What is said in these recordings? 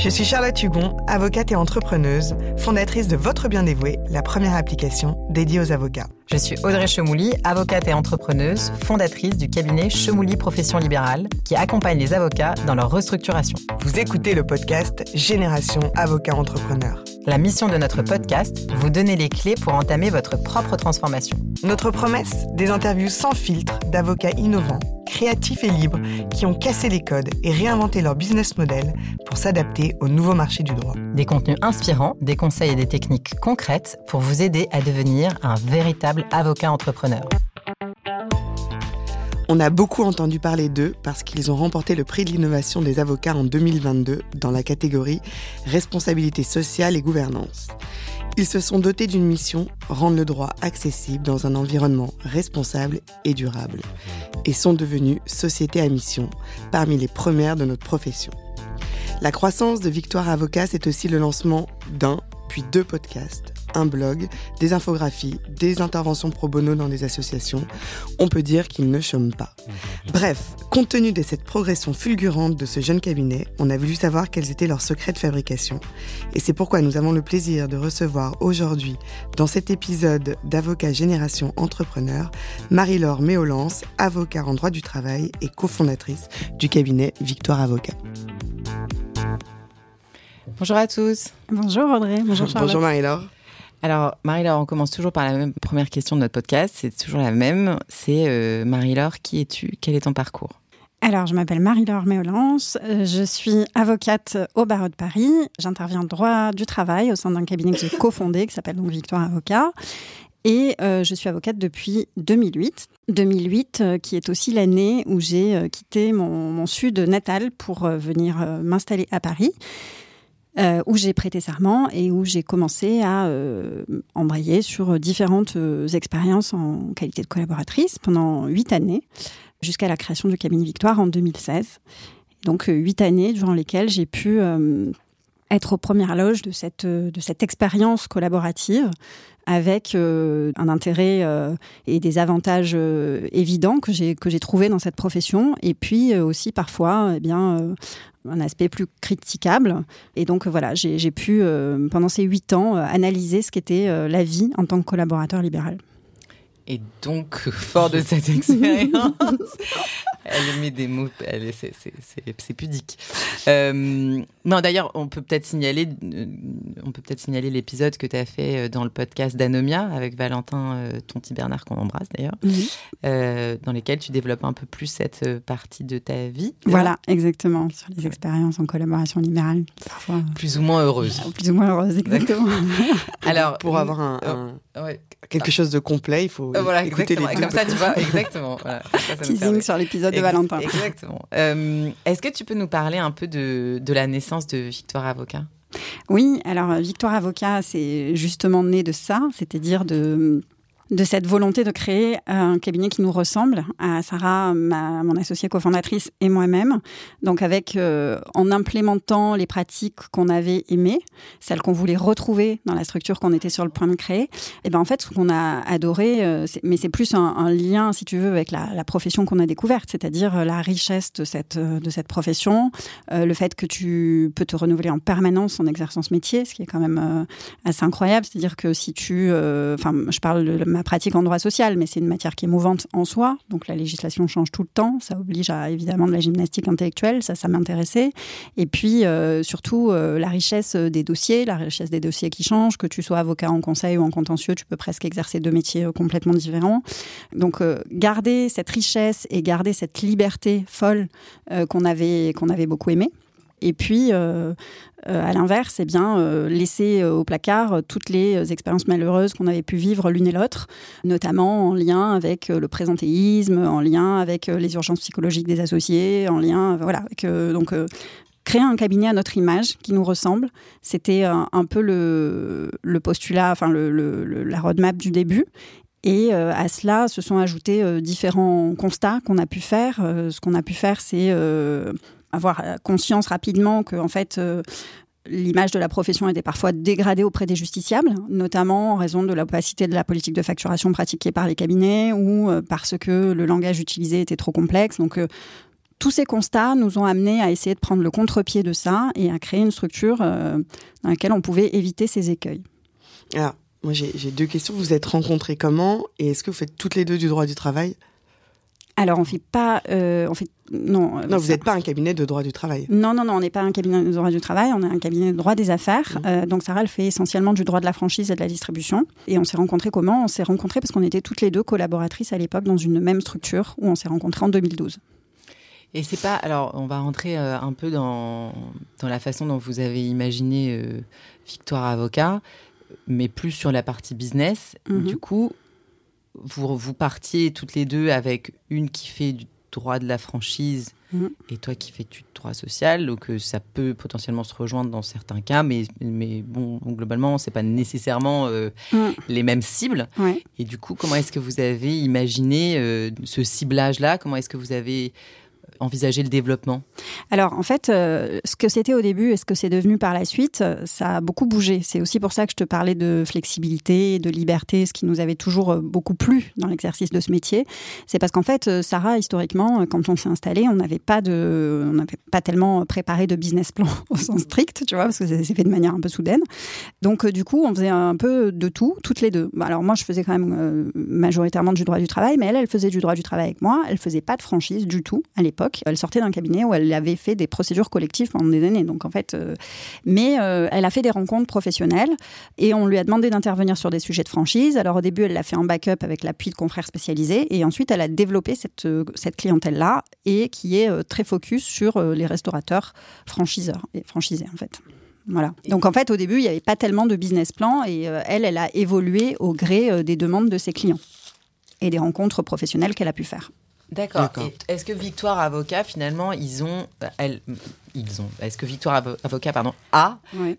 Je suis Charlotte Hugon, avocate et entrepreneuse, fondatrice de Votre Bien Dévoué, la première application dédiée aux avocats. Je suis Audrey Chemouli, avocate et entrepreneuse, fondatrice du cabinet Chemouli Profession Libérale, qui accompagne les avocats dans leur restructuration. Vous écoutez le podcast Génération Avocat Entrepreneur. La mission de notre podcast, vous donner les clés pour entamer votre propre transformation. Notre promesse, des interviews sans filtre d'avocats innovants, créatifs et libres qui ont cassé les codes et réinventé leur business model pour s'adapter au nouveau marché du droit. Des contenus inspirants, des conseils et des techniques concrètes pour vous aider à devenir un véritable avocat entrepreneur. On a beaucoup entendu parler d'eux parce qu'ils ont remporté le prix de l'innovation des avocats en 2022 dans la catégorie Responsabilité sociale et gouvernance. Ils se sont dotés d'une mission, rendre le droit accessible dans un environnement responsable et durable, et sont devenus société à mission, parmi les premières de notre profession. La croissance de Victoire Avocat, c'est aussi le lancement d'un, puis 2 podcasts, un blog, des infographies, des interventions pro bono dans des associations. On peut dire qu'ils ne chôment pas. Bref, compte tenu de cette progression fulgurante de ce jeune cabinet, on a voulu savoir quels étaient leurs secrets de fabrication. Et c'est pourquoi nous avons le plaisir de recevoir aujourd'hui, dans cet épisode d'Avocat Génération Entrepreneur, Marie-Laure Méolance, avocat en droit du travail et cofondatrice du cabinet Victoire Avocat. Bonjour à tous. Bonjour Audrey, bonjour Charlotte. Bonjour Marie-Laure. Alors Marie-Laure, on commence toujours par la même première question de notre podcast, c'est toujours la même, c'est Marie-Laure, qui es-tu ? Quel est ton parcours ? Alors, je m'appelle Marie-Laure Méolance, je suis avocate au barreau de Paris, j'interviens en droit du travail au sein d'un cabinet que j'ai cofondé, qui s'appelle donc Victoire Avocat, et je suis avocate depuis 2008. 2008, qui est aussi l'année où j'ai quitté mon sud natal pour venir m'installer à Paris. Où j'ai prêté serment et où j'ai commencé à embrayer sur différentes expériences en qualité de collaboratrice pendant 8 années, jusqu'à la création du cabinet Victoire en 2016. Donc 8 années durant lesquelles j'ai pu être aux premières loges de cette expérience collaborative avec un intérêt et des avantages évidents que j'ai trouvés dans cette profession, et puis aussi parfois un aspect plus critiquable. Et donc voilà, j'ai pu, pendant ces 8 ans, analyser ce qu'était la vie en tant que collaborateur libéral. Et donc, fort de cette expérience, elle met des mots, c'est pudique. Non, d'ailleurs, on peut peut-être signaler l'épisode que tu as fait dans le podcast d'Anomia avec Valentin Tonti-Bernard, qu'on embrasse d'ailleurs, dans lesquels tu développes un peu plus cette partie de ta vie. Voilà, exactement, sur les expériences en collaboration libérale, parfois plus ou moins heureuses. Plus ou moins heureuses, exactement. Alors, pour avoir quelque chose de complet, il faut écouter les deux. Comme ça, tu vois, exactement. Voilà, ça teasing sur l'épisode de Valentin. Exactement. Est-ce que tu peux nous parler un peu de la naissance de Victoire Avocat ? Oui, alors Victoire Avocat, c'est justement né de ça, c'est-à-dire de cette volonté de créer un cabinet qui nous ressemble à Sarah, mon associée cofondatrice, et moi-même. Donc en implémentant les pratiques qu'on avait aimées, celles qu'on voulait retrouver dans la structure qu'on était sur le point de créer, et en fait, ce qu'on a adoré, mais c'est plus un lien, si tu veux, avec la profession qu'on a découverte, c'est-à-dire la richesse de cette profession, le fait que tu peux te renouveler en permanence en exerçant ce métier, ce qui est quand même assez incroyable. C'est-à-dire que si je parle de ma pratique en droit social, mais c'est une matière qui est mouvante en soi, donc la législation change tout le temps, ça oblige à évidemment de la gymnastique intellectuelle, ça m'intéressait, et puis surtout la richesse des dossiers qui changent, que tu sois avocat en conseil ou en contentieux, tu peux presque exercer 2 métiers complètement différents. Donc garder cette richesse et garder cette liberté folle qu'on avait beaucoup aimé. Et puis, à l'inverse, laisser au placard toutes les expériences malheureuses qu'on avait pu vivre l'une et l'autre, notamment en lien avec le présentéisme, en lien avec les urgences psychologiques des associés, en lien, créer un cabinet à notre image qui nous ressemble, c'était un peu le postulat, la roadmap du début. Et à cela se sont ajoutés différents constats qu'on a pu faire. Ce qu'on a pu faire, c'est avoir conscience rapidement que, en fait, l'image de la profession était parfois dégradée auprès des justiciables, notamment en raison de l'opacité de la politique de facturation pratiquée par les cabinets ou parce que le langage utilisé était trop complexe. Donc, tous ces constats nous ont amenés à essayer de prendre le contre-pied de ça et à créer une structure dans laquelle on pouvait éviter ces écueils. Alors, moi j'ai 2 questions. Vous êtes rencontrées comment et est-ce que vous faites toutes les 2 du droit du travail ? Alors, on fait pas... Non, vous n'êtes pas un cabinet de droit du travail. Non, on n'est pas un cabinet de droit du travail, on est un cabinet de droit des affaires. Donc Sarah, elle fait essentiellement du droit de la franchise et de la distribution. Et on s'est rencontrés comment ? On s'est rencontrés parce qu'on était toutes les 2 collaboratrices à l'époque dans une même structure où on s'est rencontrés en 2012. Et c'est pas... Alors, on va rentrer un peu dans la façon dont vous avez imaginé Victoire Avocat, mais plus sur la partie business. Du coup, vous partiez toutes les 2 avec une qui fait du droit de la franchise et toi qui fais du droit social, donc ça peut potentiellement se rejoindre dans certains cas, mais bon, globalement, c'est pas nécessairement les mêmes cibles. Ouais. Et du coup, comment est-ce que vous avez imaginé ce ciblage-là ? Comment est-ce que vous avez envisager le développement ? Alors, en fait, ce que c'était au début et ce que c'est devenu par la suite, ça a beaucoup bougé. C'est aussi pour ça que je te parlais de flexibilité, de liberté, ce qui nous avait toujours beaucoup plu dans l'exercice de ce métier. C'est parce qu'en fait, Sarah, historiquement, quand on s'est installé, on n'avait pas tellement préparé de business plan au sens strict, tu vois, parce que ça s'est fait de manière un peu soudaine. Donc, du coup, on faisait un peu de tout, toutes les 2. Alors, moi, je faisais quand même majoritairement du droit du travail, mais elle faisait du droit du travail avec moi. Elle faisait pas de franchise du tout à l'époque. Elle sortait d'un cabinet où elle avait fait des procédures collectives pendant des années. Donc, en fait, mais elle a fait des rencontres professionnelles et on lui a demandé d'intervenir sur des sujets de franchise. Alors, au début, elle l'a fait en backup avec l'appui de confrères spécialisés et ensuite, elle a développé cette clientèle-là et qui est très focus sur les restaurateurs franchiseurs et franchisés, en fait. Voilà. Donc, en fait, au début, il n'y avait pas tellement de business plan et elle a évolué au gré des demandes de ses clients et des rencontres professionnelles qu'elle a pu faire. D'accord. Et est-ce que Victoire Avocat, finalement, est-ce que Victoire Avocat, a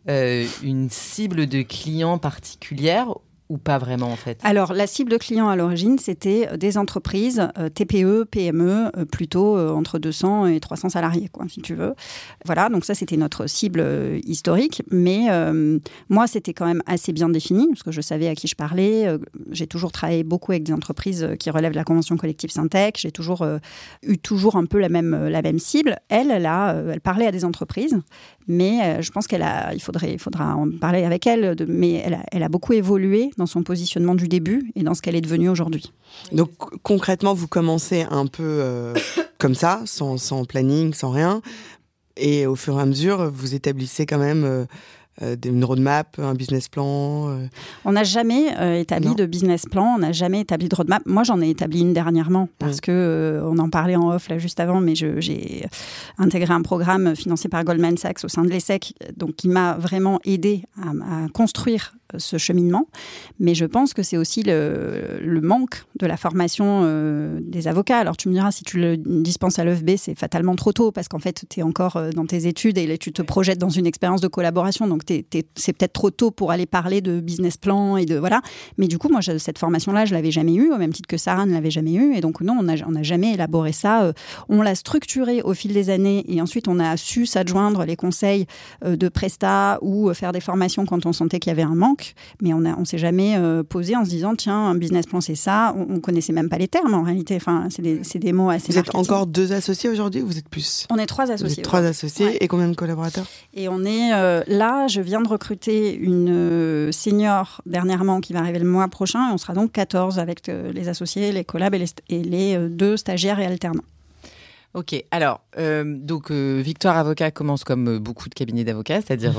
une cible de clients particulière ou pas vraiment, en fait ? Alors, la cible de clients à l'origine, c'était des entreprises TPE, PME, plutôt entre 200 et 300 salariés, quoi, si tu veux. Voilà, donc ça, c'était notre cible historique. Mais moi, c'était quand même assez bien défini, parce que je savais à qui je parlais. J'ai toujours travaillé beaucoup avec des entreprises qui relèvent de la convention collective Syntec. J'ai toujours eu un peu la même cible. Elle parlait à des entreprises, mais je pense il faudra en parler avec elle. Mais elle a beaucoup évolué dans son positionnement du début et dans ce qu'elle est devenue aujourd'hui. Donc concrètement, vous commencez un peu comme ça, sans planning, sans rien, et au fur et à mesure, vous établissez quand même une roadmap, un business plan. On n'a jamais établi de business plan, on n'a jamais établi de roadmap. Moi, j'en ai établi une dernièrement parce que on en parlait en off là juste avant, mais j'ai intégré un programme financé par Goldman Sachs au sein de l'ESSEC, donc qui m'a vraiment aidé à construire ce cheminement. Mais je pense que c'est aussi le manque de la formation des avocats. Alors, tu me diras, si tu le dispenses à l'EFB, c'est fatalement trop tôt parce qu'en fait, tu es encore dans tes études et là, tu te projettes dans une expérience de collaboration. Donc, c'est peut-être trop tôt pour aller parler de business plan et de voilà. Mais du coup, moi, cette formation-là, je l'avais jamais eue, au même titre que Sarah ne l'avait jamais eue. Et donc, non, on n'a jamais élaboré ça. On l'a structuré au fil des années et ensuite, on a su s'adjoindre les conseils de Presta ou faire des formations quand on sentait qu'il y avait un manque. Mais on s'est jamais posé en se disant tiens, un business plan c'est ça. On connaissait même pas les termes en réalité. Enfin, c'est des mots assez. Vous êtes encore 2 associés aujourd'hui ou vous êtes plus ? On est 3 associés. Vous êtes 3 associés et combien de collaborateurs ? Et on est là. Je viens de recruter une senior dernièrement qui va arriver le mois prochain. Et on sera donc 14 avec les associés, les collabs et les 2 stagiaires et alternants. Ok, alors, donc Victoire Avocat commence comme beaucoup de cabinets d'avocats, c'est-à-dire...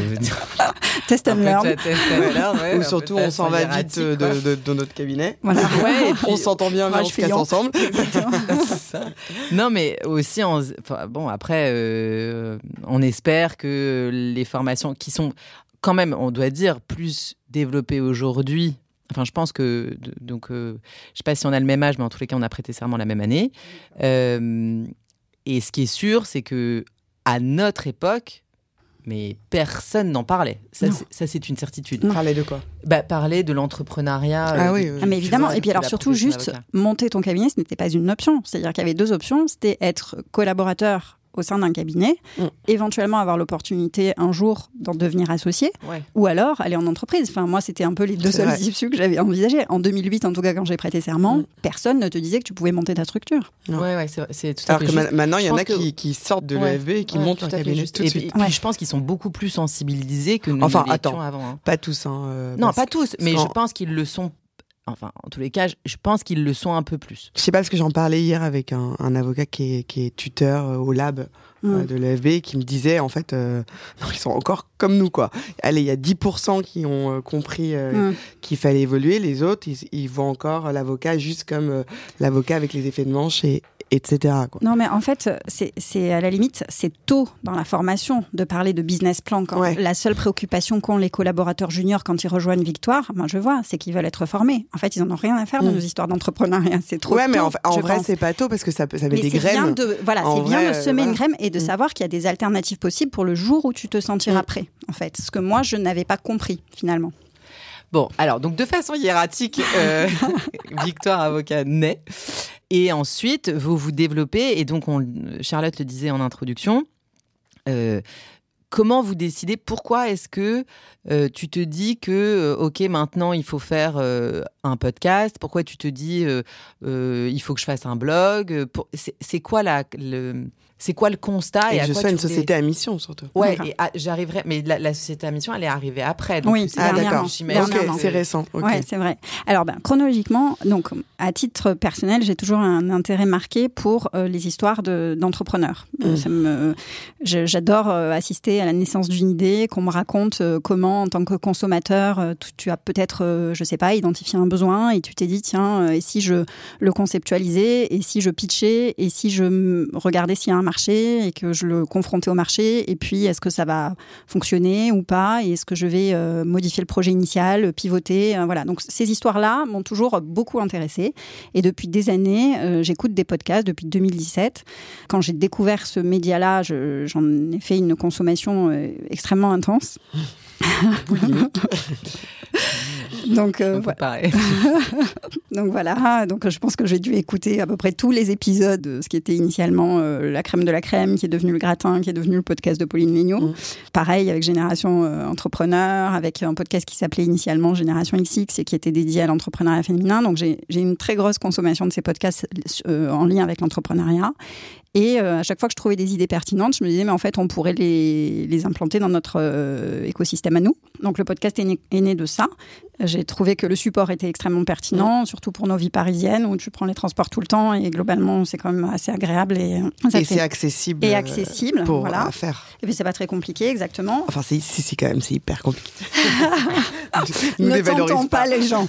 test and learn. Ou surtout, on s'en va vite de notre cabinet. Voilà. Ouais, et puis, on s'entend bien, mais on se casse ensemble. C'est ça. Non, mais aussi, après, on espère que les formations qui sont quand même, on doit dire, plus développées aujourd'hui. Enfin, je pense que... Donc, je ne sais pas si on a le même âge, mais en tous les cas, on a prêté serment la même année. Et ce qui est sûr, c'est qu'à notre époque, mais personne n'en parlait. Ça, c'est une certitude. Parler de quoi ? Parler de l'entrepreneuriat. Ah oui. Mais évidemment. Et puis alors, surtout, juste monter ton cabinet, ce n'était pas une option. C'est-à-dire qu'il y avait 2 options. C'était être collaborateur au sein d'un cabinet, éventuellement avoir l'opportunité un jour d'en devenir associé, ou alors aller en entreprise. Enfin, moi, c'était un peu les deux seules issues que j'avais envisagées. En 2008, en tout cas, quand j'ai prêté serment, personne ne te disait que tu pouvais monter ta structure. Ouais, c'est tout à fait juste. Alors que maintenant, il y en a que... qui sortent de l'EFB et qui montent un cabinet tout de suite. Et puis, je pense qu'ils sont beaucoup plus sensibilisés que nous l'étions avant. Hein. Pas tous. Non, pas tous, mais je pense qu'ils le sont. Enfin, en tous les cas, je pense qu'ils le sont un peu plus. Je sais pas, parce que j'en parlais hier avec un avocat qui est tuteur au lab de l'EFB, qui me disait, en fait, non, ils sont encore comme nous, quoi. Allez, il y a 10% qui ont compris qu'il fallait évoluer. Les autres, ils voient encore l'avocat juste comme l'avocat avec les effets de manche etc. quoi. Non, mais en fait, c'est à la limite, c'est tôt dans la formation de parler de business plan. Quand la seule préoccupation qu'ont les collaborateurs juniors quand ils rejoignent Victoire, moi je vois, c'est qu'ils veulent être formés. En fait, ils n'en ont rien à faire de nos histoires d'entrepreneuriat. C'est trop tôt. Ouais, mais en vrai, c'est pas tôt parce que ça met des graines. C'est bien de semer une graine et de savoir qu'il y a des alternatives possibles pour le jour où tu te sentiras prêt, en fait. Ce que moi, je n'avais pas compris, finalement. Bon, alors, donc de façon hiératique, Victoire Avocat naît. Et ensuite, vous vous développez. Et donc, Charlotte le disait en introduction. Comment vous décidez? Pourquoi est-ce que tu te dis que, OK, maintenant, il faut faire un podcast? Pourquoi tu te dis, il faut que je fasse un blog? C'est quoi c'est quoi le constat? Et que je sois une société à mission, surtout. Ouais, et j'arriverai. Mais la société à mission, elle est arrivée après. Donc oui, d'accord. J'imagine. Ok, c'est récent. Okay. Ouais, c'est vrai. Alors, chronologiquement, donc, à titre personnel, j'ai toujours un intérêt marqué pour les histoires d'entrepreneurs. J'adore assister à la naissance d'une idée, qu'on me raconte comment, en tant que consommateur, tu as peut-être, je sais pas, identifié un besoin et tu t'es dit, tiens, et si je le conceptualisais, et si je pitchais, et si je regardais s'il y a un marché et que je le confrontais au marché, et puis est-ce que ça va fonctionner ou pas, et est-ce que je vais modifier le projet initial, pivoter, voilà. Donc ces histoires-là m'ont toujours beaucoup intéressée, et depuis des années, j'écoute des podcasts depuis 2017. Quand j'ai découvert ce média-là, j'en ai fait une consommation extrêmement intense. Donc, donc voilà, donc je pense que j'ai dû écouter à peu près tous les épisodes, ce qui était initialement la crème de la crème, qui est devenu le gratin, qui est devenu le podcast de Pauline Léniaud. Pareil avec Génération Entrepreneur, avec un podcast qui s'appelait initialement Génération XX et qui était dédié à l'entrepreneuriat féminin. Donc j'ai une très grosse consommation de ces podcasts en lien avec l'entrepreneuriat. Et à chaque fois que je trouvais des idées pertinentes, je me disais, mais en fait, on pourrait les implanter dans notre écosystème à nous. Donc, le podcast est né de ça. J'ai trouvé que le support était extrêmement pertinent, surtout pour nos vies parisiennes, où tu prends les transports tout le temps, et globalement, c'est quand même assez agréable. Et c'est accessible. Et accessible, pour voilà. faire. Et puis, c'est pas très compliqué, exactement. Enfin, c'est quand même, c'est hyper compliqué. Ne tentons pas les gens.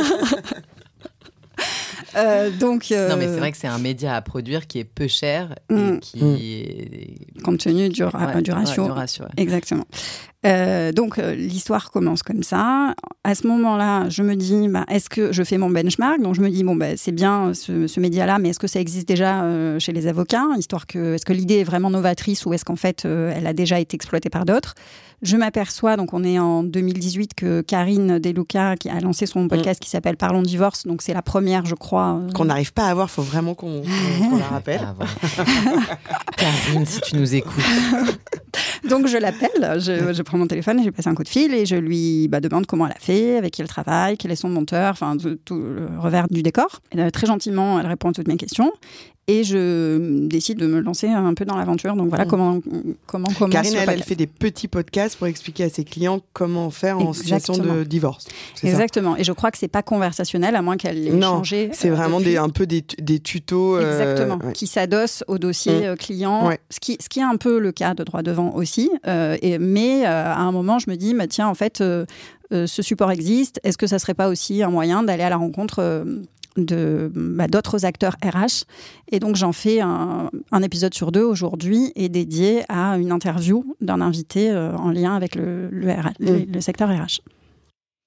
Non, mais c'est vrai que c'est un média à produire qui est peu cher et qui est... compte tenu du ratio. Ouais. Exactement. Donc, l'histoire commence comme ça. À ce moment-là, je me dis, est-ce que je fais mon benchmark? Donc, je me dis, c'est bien ce média-là, mais est-ce que ça existe déjà chez les avocats? Est-ce que l'idée est vraiment novatrice ou est-ce qu'en fait, elle a déjà été exploitée par d'autres? Je m'aperçois, donc on est en 2018, que Karine Deluca qui a lancé son podcast qui s'appelle Parlons Divorce, donc c'est la première, je crois. Qu'on n'arrive pas à avoir, il faut vraiment qu'on la rappelle. Karine, si tu nous écoutes. Donc je l'appelle, je prends mon téléphone et j'ai passé un coup de fil et je lui demande comment elle a fait, avec qui elle travaille, quel est son monteur, enfin tout le revers du décor. Et très gentiment, elle répond à toutes mes questions. Et je décide de me lancer un peu dans l'aventure. Donc voilà comment commence. Karine, elle fait des petits podcasts pour expliquer à ses clients comment faire en situation de divorce. Exactement. Et je crois que c'est pas conversationnel, à moins qu'elle l'ait changé. Non, c'est vraiment un peu des tutos. Exactement. Qui s'adossent au dossier client. Ouais. Ce qui est un peu le cas de Droit Devant aussi. Mais à un moment, je me dis, tiens, en fait, ce support existe. Est-ce que ça serait pas aussi un moyen d'aller à la rencontre d'autres acteurs RH, et donc j'en fais un épisode sur 2 aujourd'hui et dédié à une interview d'un invité en lien avec le secteur RH.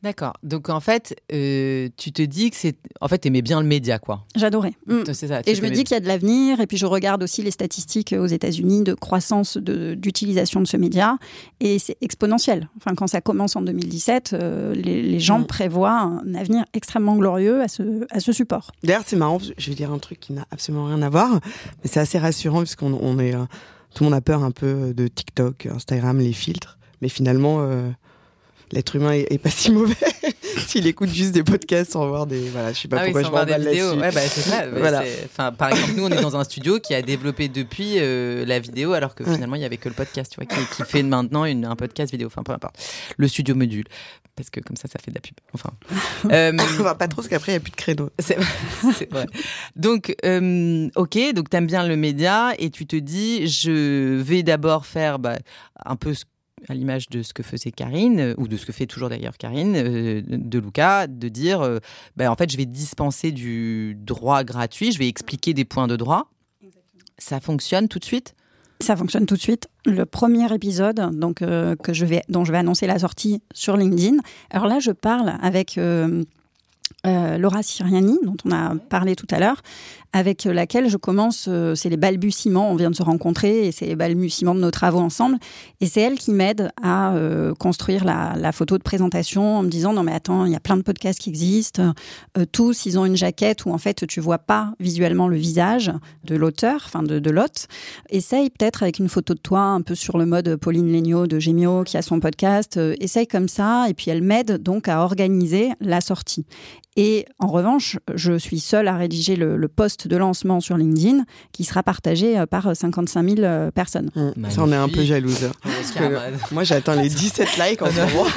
D'accord. Donc en fait, tu te dis que t'aimais bien le média, quoi. J'adorais. C'est ça. Et je me dis qu'il y a de l'avenir. Et puis je regarde aussi les statistiques aux États-Unis de croissance d'utilisation de ce média. Et c'est exponentiel. Enfin, quand ça commence en 2017, les gens prévoient un avenir extrêmement glorieux à ce support. D'ailleurs, c'est marrant. Je vais dire un truc qui n'a absolument rien à voir, mais c'est assez rassurant puisqu'on est tout le monde a peur un peu de TikTok, Instagram, les filtres. Mais finalement, l'être humain est pas si mauvais s'il écoute juste des podcasts sans voir des... Voilà, je sais pas pourquoi je m'en des vidéos. là-dessus. Ouais, c'est ça. Voilà. Par exemple, nous, on est dans un studio qui a développé depuis la vidéo, alors que finalement, il y avait que le podcast, tu vois, qui fait maintenant un podcast vidéo. Enfin, peu importe. Le studio module. Parce que comme ça fait de la pub. Enfin. On va pas trop, parce qu'après, il n'y a plus de créneau. C'est vrai. Donc, ok, donc t'aimes bien le média et tu te dis, je vais d'abord faire un peu à l'image de ce que faisait Karine, ou de ce que fait toujours d'ailleurs Karine, de Luca, de dire, en fait, je vais dispenser du droit gratuit, je vais expliquer des points de droit. Ça fonctionne tout de suite ? Ça fonctionne tout de suite. Le premier épisode, donc dont je vais annoncer la sortie sur LinkedIn. Alors là, je parle avec Laura Siriani, dont on a parlé tout à l'heure, avec laquelle je commence, c'est les balbutiements, on vient de se rencontrer, et c'est les balbutiements de nos travaux ensemble. Et c'est elle qui m'aide à construire la photo de présentation en me disant « Non mais attends, il y a plein de podcasts qui existent. Tous, ils ont une jaquette où en fait tu vois pas visuellement le visage de l'auteur, enfin de l'hôte. Essaye peut-être avec une photo de toi un peu sur le mode Pauline Léniaud de Gémio qui a son podcast. Essaye comme ça. » Et puis elle m'aide donc à organiser la sortie. Et en revanche, je suis seule à rédiger le post de lancement sur LinkedIn qui sera partagé par 55 000 personnes. Ça, on est un peu jalouse. Moi, j'attends les 17 likes en ce moment.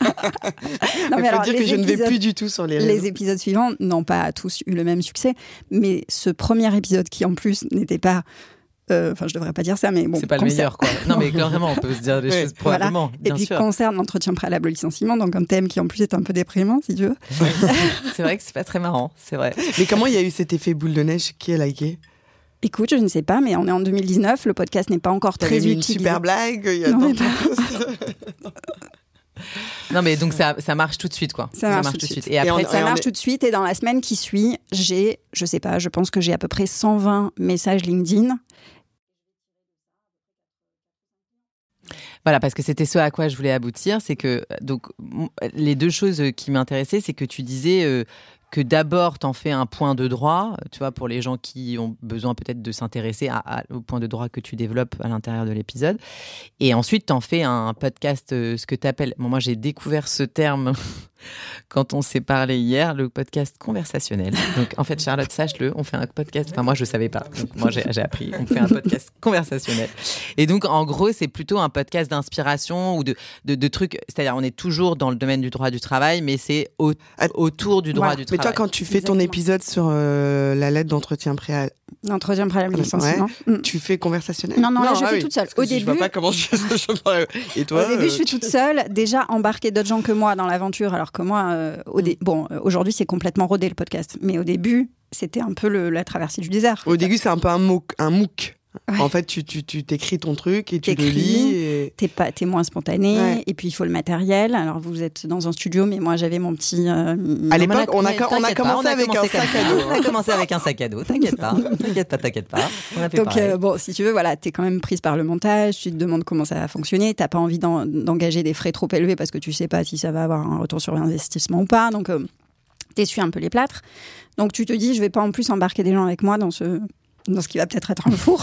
Il faut dire que je ne vais plus du tout sur les réseaux. Les épisodes suivants n'ont pas tous eu le même succès, mais ce premier épisode qui, en plus, n'était pas... Enfin, je devrais pas dire ça, mais bon. C'est pas le meilleur, quoi. Non, mais clairement, on peut se dire des choses probablement. Voilà. Et puis, concerne l'entretien préalable au licenciement, donc un thème qui, en plus, est un peu déprimant, si tu veux. C'est vrai que c'est pas très marrant, c'est vrai. Mais comment il y a eu cet effet boule de neige? Qui a liké? Écoute, je ne sais pas, mais on est en 2019, le podcast n'est pas encore très utilisé. Une super blague, il y a Non, mais donc ça marche tout de suite, quoi. Ça marche tout de suite. Et après, ça marche tout de suite. Et dans la semaine qui suit, je sais pas, je pense que j'ai à peu près 120 messages LinkedIn. Voilà, parce que c'était ce à quoi je voulais aboutir, c'est que donc les deux choses qui m'intéressaient, c'est que tu disais que d'abord t'en fais un point de droit, tu vois, pour les gens qui ont besoin peut-être de s'intéresser au point de droit que tu développes à l'intérieur de l'épisode, et ensuite t'en fais un podcast, ce que t'appelles, bon, moi j'ai découvert ce terme quand on s'est parlé hier, le podcast conversationnel. Donc en fait, Charlotte, sache-le, on fait un podcast, enfin moi je savais pas, donc moi j'ai appris, on fait un podcast conversationnel. Et donc en gros, c'est plutôt un podcast d'inspiration ou de trucs, c'est-à-dire on est toujours dans le domaine du droit du travail, mais c'est autour du droit du travail. Mais toi, quand tu fais ton épisode sur la lettre d'entretien préalable... L'entretien préalable du licenciement. Tu fais conversationnel? Non, là je fais toute seule. Au début, je vois pas comment je fais ça. Et toi, au début, je suis toute seule. Déjà, embarquer d'autres gens que moi dans l'aventure, alors que moi, aujourd'hui, c'est complètement rodé le podcast. Mais au début, c'était un peu la traversée du désert. Au début, c'est un peu un MOOC. Ouais. En fait, tu t'écris ton truc et tu le lis. Et... T'es moins spontané. Et puis, il faut le matériel. Alors, vous êtes dans un studio, mais moi, j'avais mon petit... À l'époque, on a commencé avec un sac à dos. On a commencé avec un sac à dos. T'inquiète pas. On a fait donc, bon, si tu veux, voilà, t'es quand même prise par le montage. Tu te demandes comment ça va fonctionner. T'as pas envie d'engager des frais trop élevés parce que tu sais pas si ça va avoir un retour sur investissement ou pas. Donc, t'essuies un peu les plâtres. Donc, tu te dis, je vais pas en plus embarquer des gens avec moi dans ce qui va peut-être être un four.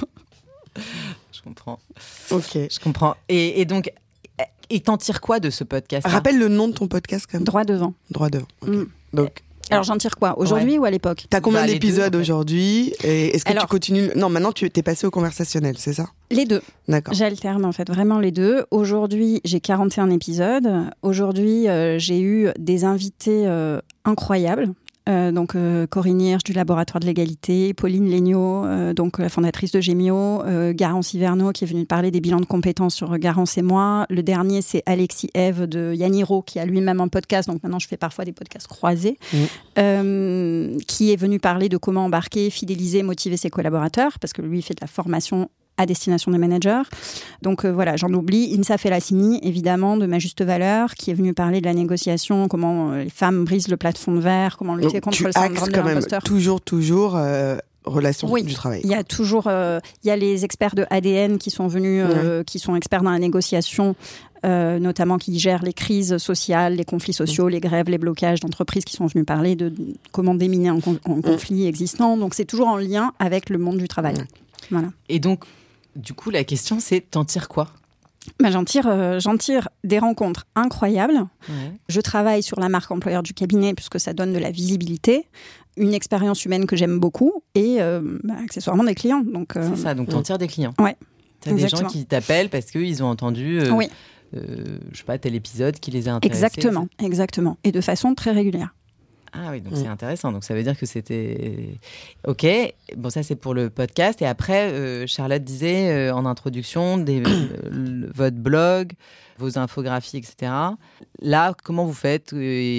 Je comprends. Ok. Je comprends. Et donc, t'en tires quoi de ce podcast? Rappelle le nom de ton podcast quand même. Droit devant. Droit devant. Okay. Donc. Alors, j'en tire quoi? Aujourd'hui ou à l'époque? T'as combien d'épisodes en fait aujourd'hui? Et est-ce que tu continues? Non, maintenant tu t'es passé au conversationnel, c'est ça? Les deux. D'accord. J'alterne en fait vraiment les deux. Aujourd'hui, j'ai 41 épisodes. Aujourd'hui, j'ai eu des invités incroyables. Donc Corinne Hirsch du laboratoire de l'égalité, Pauline Léniaud, donc la fondatrice de Gémio, Garance Hiverneau qui est venue parler des bilans de compétences sur Garance et moi. Le dernier, c'est Alexis Eve de Yaniro qui a lui-même un podcast, donc maintenant je fais parfois des podcasts croisés, qui est venu parler de comment embarquer, fidéliser, motiver ses collaborateurs, parce que lui il fait de la formation à destination des managers. Donc voilà, j'en oublie. Insa Felassini, évidemment, de Ma Juste Valeur, qui est venue parler de la négociation, comment les femmes brisent le plafond de verre, comment lutter contre le syndrome de l'imposteur. Toujours relation du travail. Il y a toujours, il y a les experts de ADN qui sont venus, qui sont experts dans la négociation, notamment qui gèrent les crises sociales, les conflits sociaux, les grèves, les blocages d'entreprises, qui sont venus parler de comment déminer un conflit existant. Donc c'est toujours en lien avec le monde du travail. Voilà. Et donc, du coup, la question c'est, t'en tires quoi ? J'en tire des rencontres incroyables. Ouais. Je travaille sur la marque employeur du cabinet puisque ça donne de la visibilité, une expérience humaine que j'aime beaucoup et accessoirement des clients. Donc, c'est ça, donc t'en tires des clients. Ouais. T'as des gens qui t'appellent parce qu'ils ont entendu, je sais pas, tel épisode qui les a intéressés. Exactement. Et de façon très régulière. Ah oui, donc c'est intéressant. Donc ça veut dire que c'était... Ok, bon ça c'est pour le podcast. Et après, Charlotte disait en introduction, votre blog, vos infographies, etc. Là, comment vous faites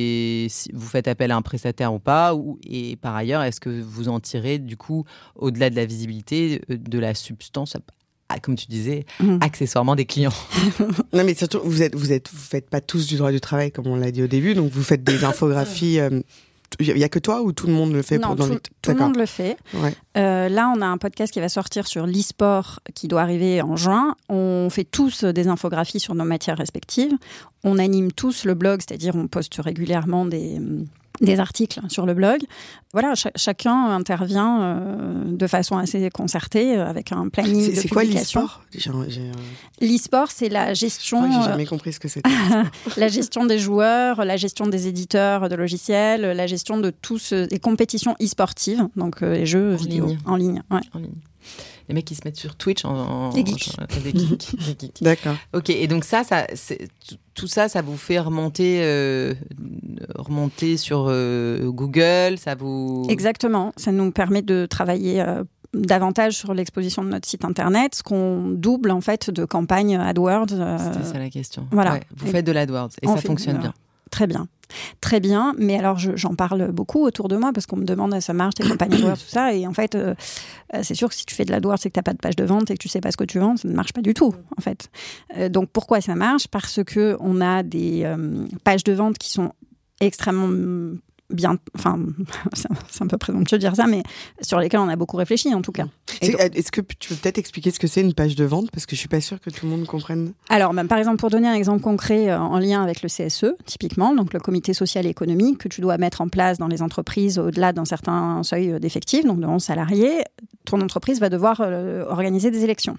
si vous faites appel à un prestataire ou pas et par ailleurs, est-ce que vous en tirez du coup, au-delà de la visibilité, de la substance, comme tu disais, accessoirement des clients? Non, mais surtout, vous faites pas tous du droit du travail, comme on l'a dit au début, donc vous faites des infographies. Il y a que toi ou tout le monde le fait? Non, tout le monde le fait. Ouais. Là, on a un podcast qui va sortir sur l'e-sport qui doit arriver en juin. On fait tous des infographies sur nos matières respectives. On anime tous le blog, c'est-à-dire on poste régulièrement des articles sur le blog. Voilà, chacun intervient de façon assez concertée avec un planning de publication. C'est quoi l'e-sport? L'e-sport, c'est la gestion... Je crois que j'ai jamais compris ce que c'était. La gestion des joueurs, la gestion des éditeurs de logiciels, la gestion de tous les compétitions e-sportives, donc les jeux vidéo en ligne. Ouais. En ligne. Les mecs qui se mettent sur Twitch des geeks. Des geeks. D'accord. Ok, et donc tout ça, ça vous fait remonter sur Google, ça vous... Exactement, ça nous permet de travailler davantage sur l'exposition de notre site internet, ce qu'on double en fait de campagnes AdWords. C'était ça la question. Voilà. Ouais, vous faites de l'AdWords et ça fonctionne bien. Très bien, mais alors j'en parle beaucoup autour de moi parce qu'on me demande ça marche tes campagnes AdWords, tout ça, et en fait c'est sûr que si tu fais de l'AdWords et que tu n'as pas de page de vente et que tu ne sais pas ce que tu vends, ça ne marche pas du tout en fait. Donc pourquoi ça marche? Parce qu'on a des pages de vente qui sont extrêmement bien, enfin c'est un peu présomptueux de dire ça, mais sur lesquelles on a beaucoup réfléchi en tout cas. Est-ce que tu peux peut-être expliquer ce que c'est une page de vente, parce que je suis pas sûre que tout le monde comprenne. Alors par exemple, pour donner un exemple concret en lien avec le CSE typiquement, donc le comité social et économique que tu dois mettre en place dans les entreprises au-delà d'un certain seuil d'effectifs, donc de 11 salariés, ton entreprise va devoir organiser des élections.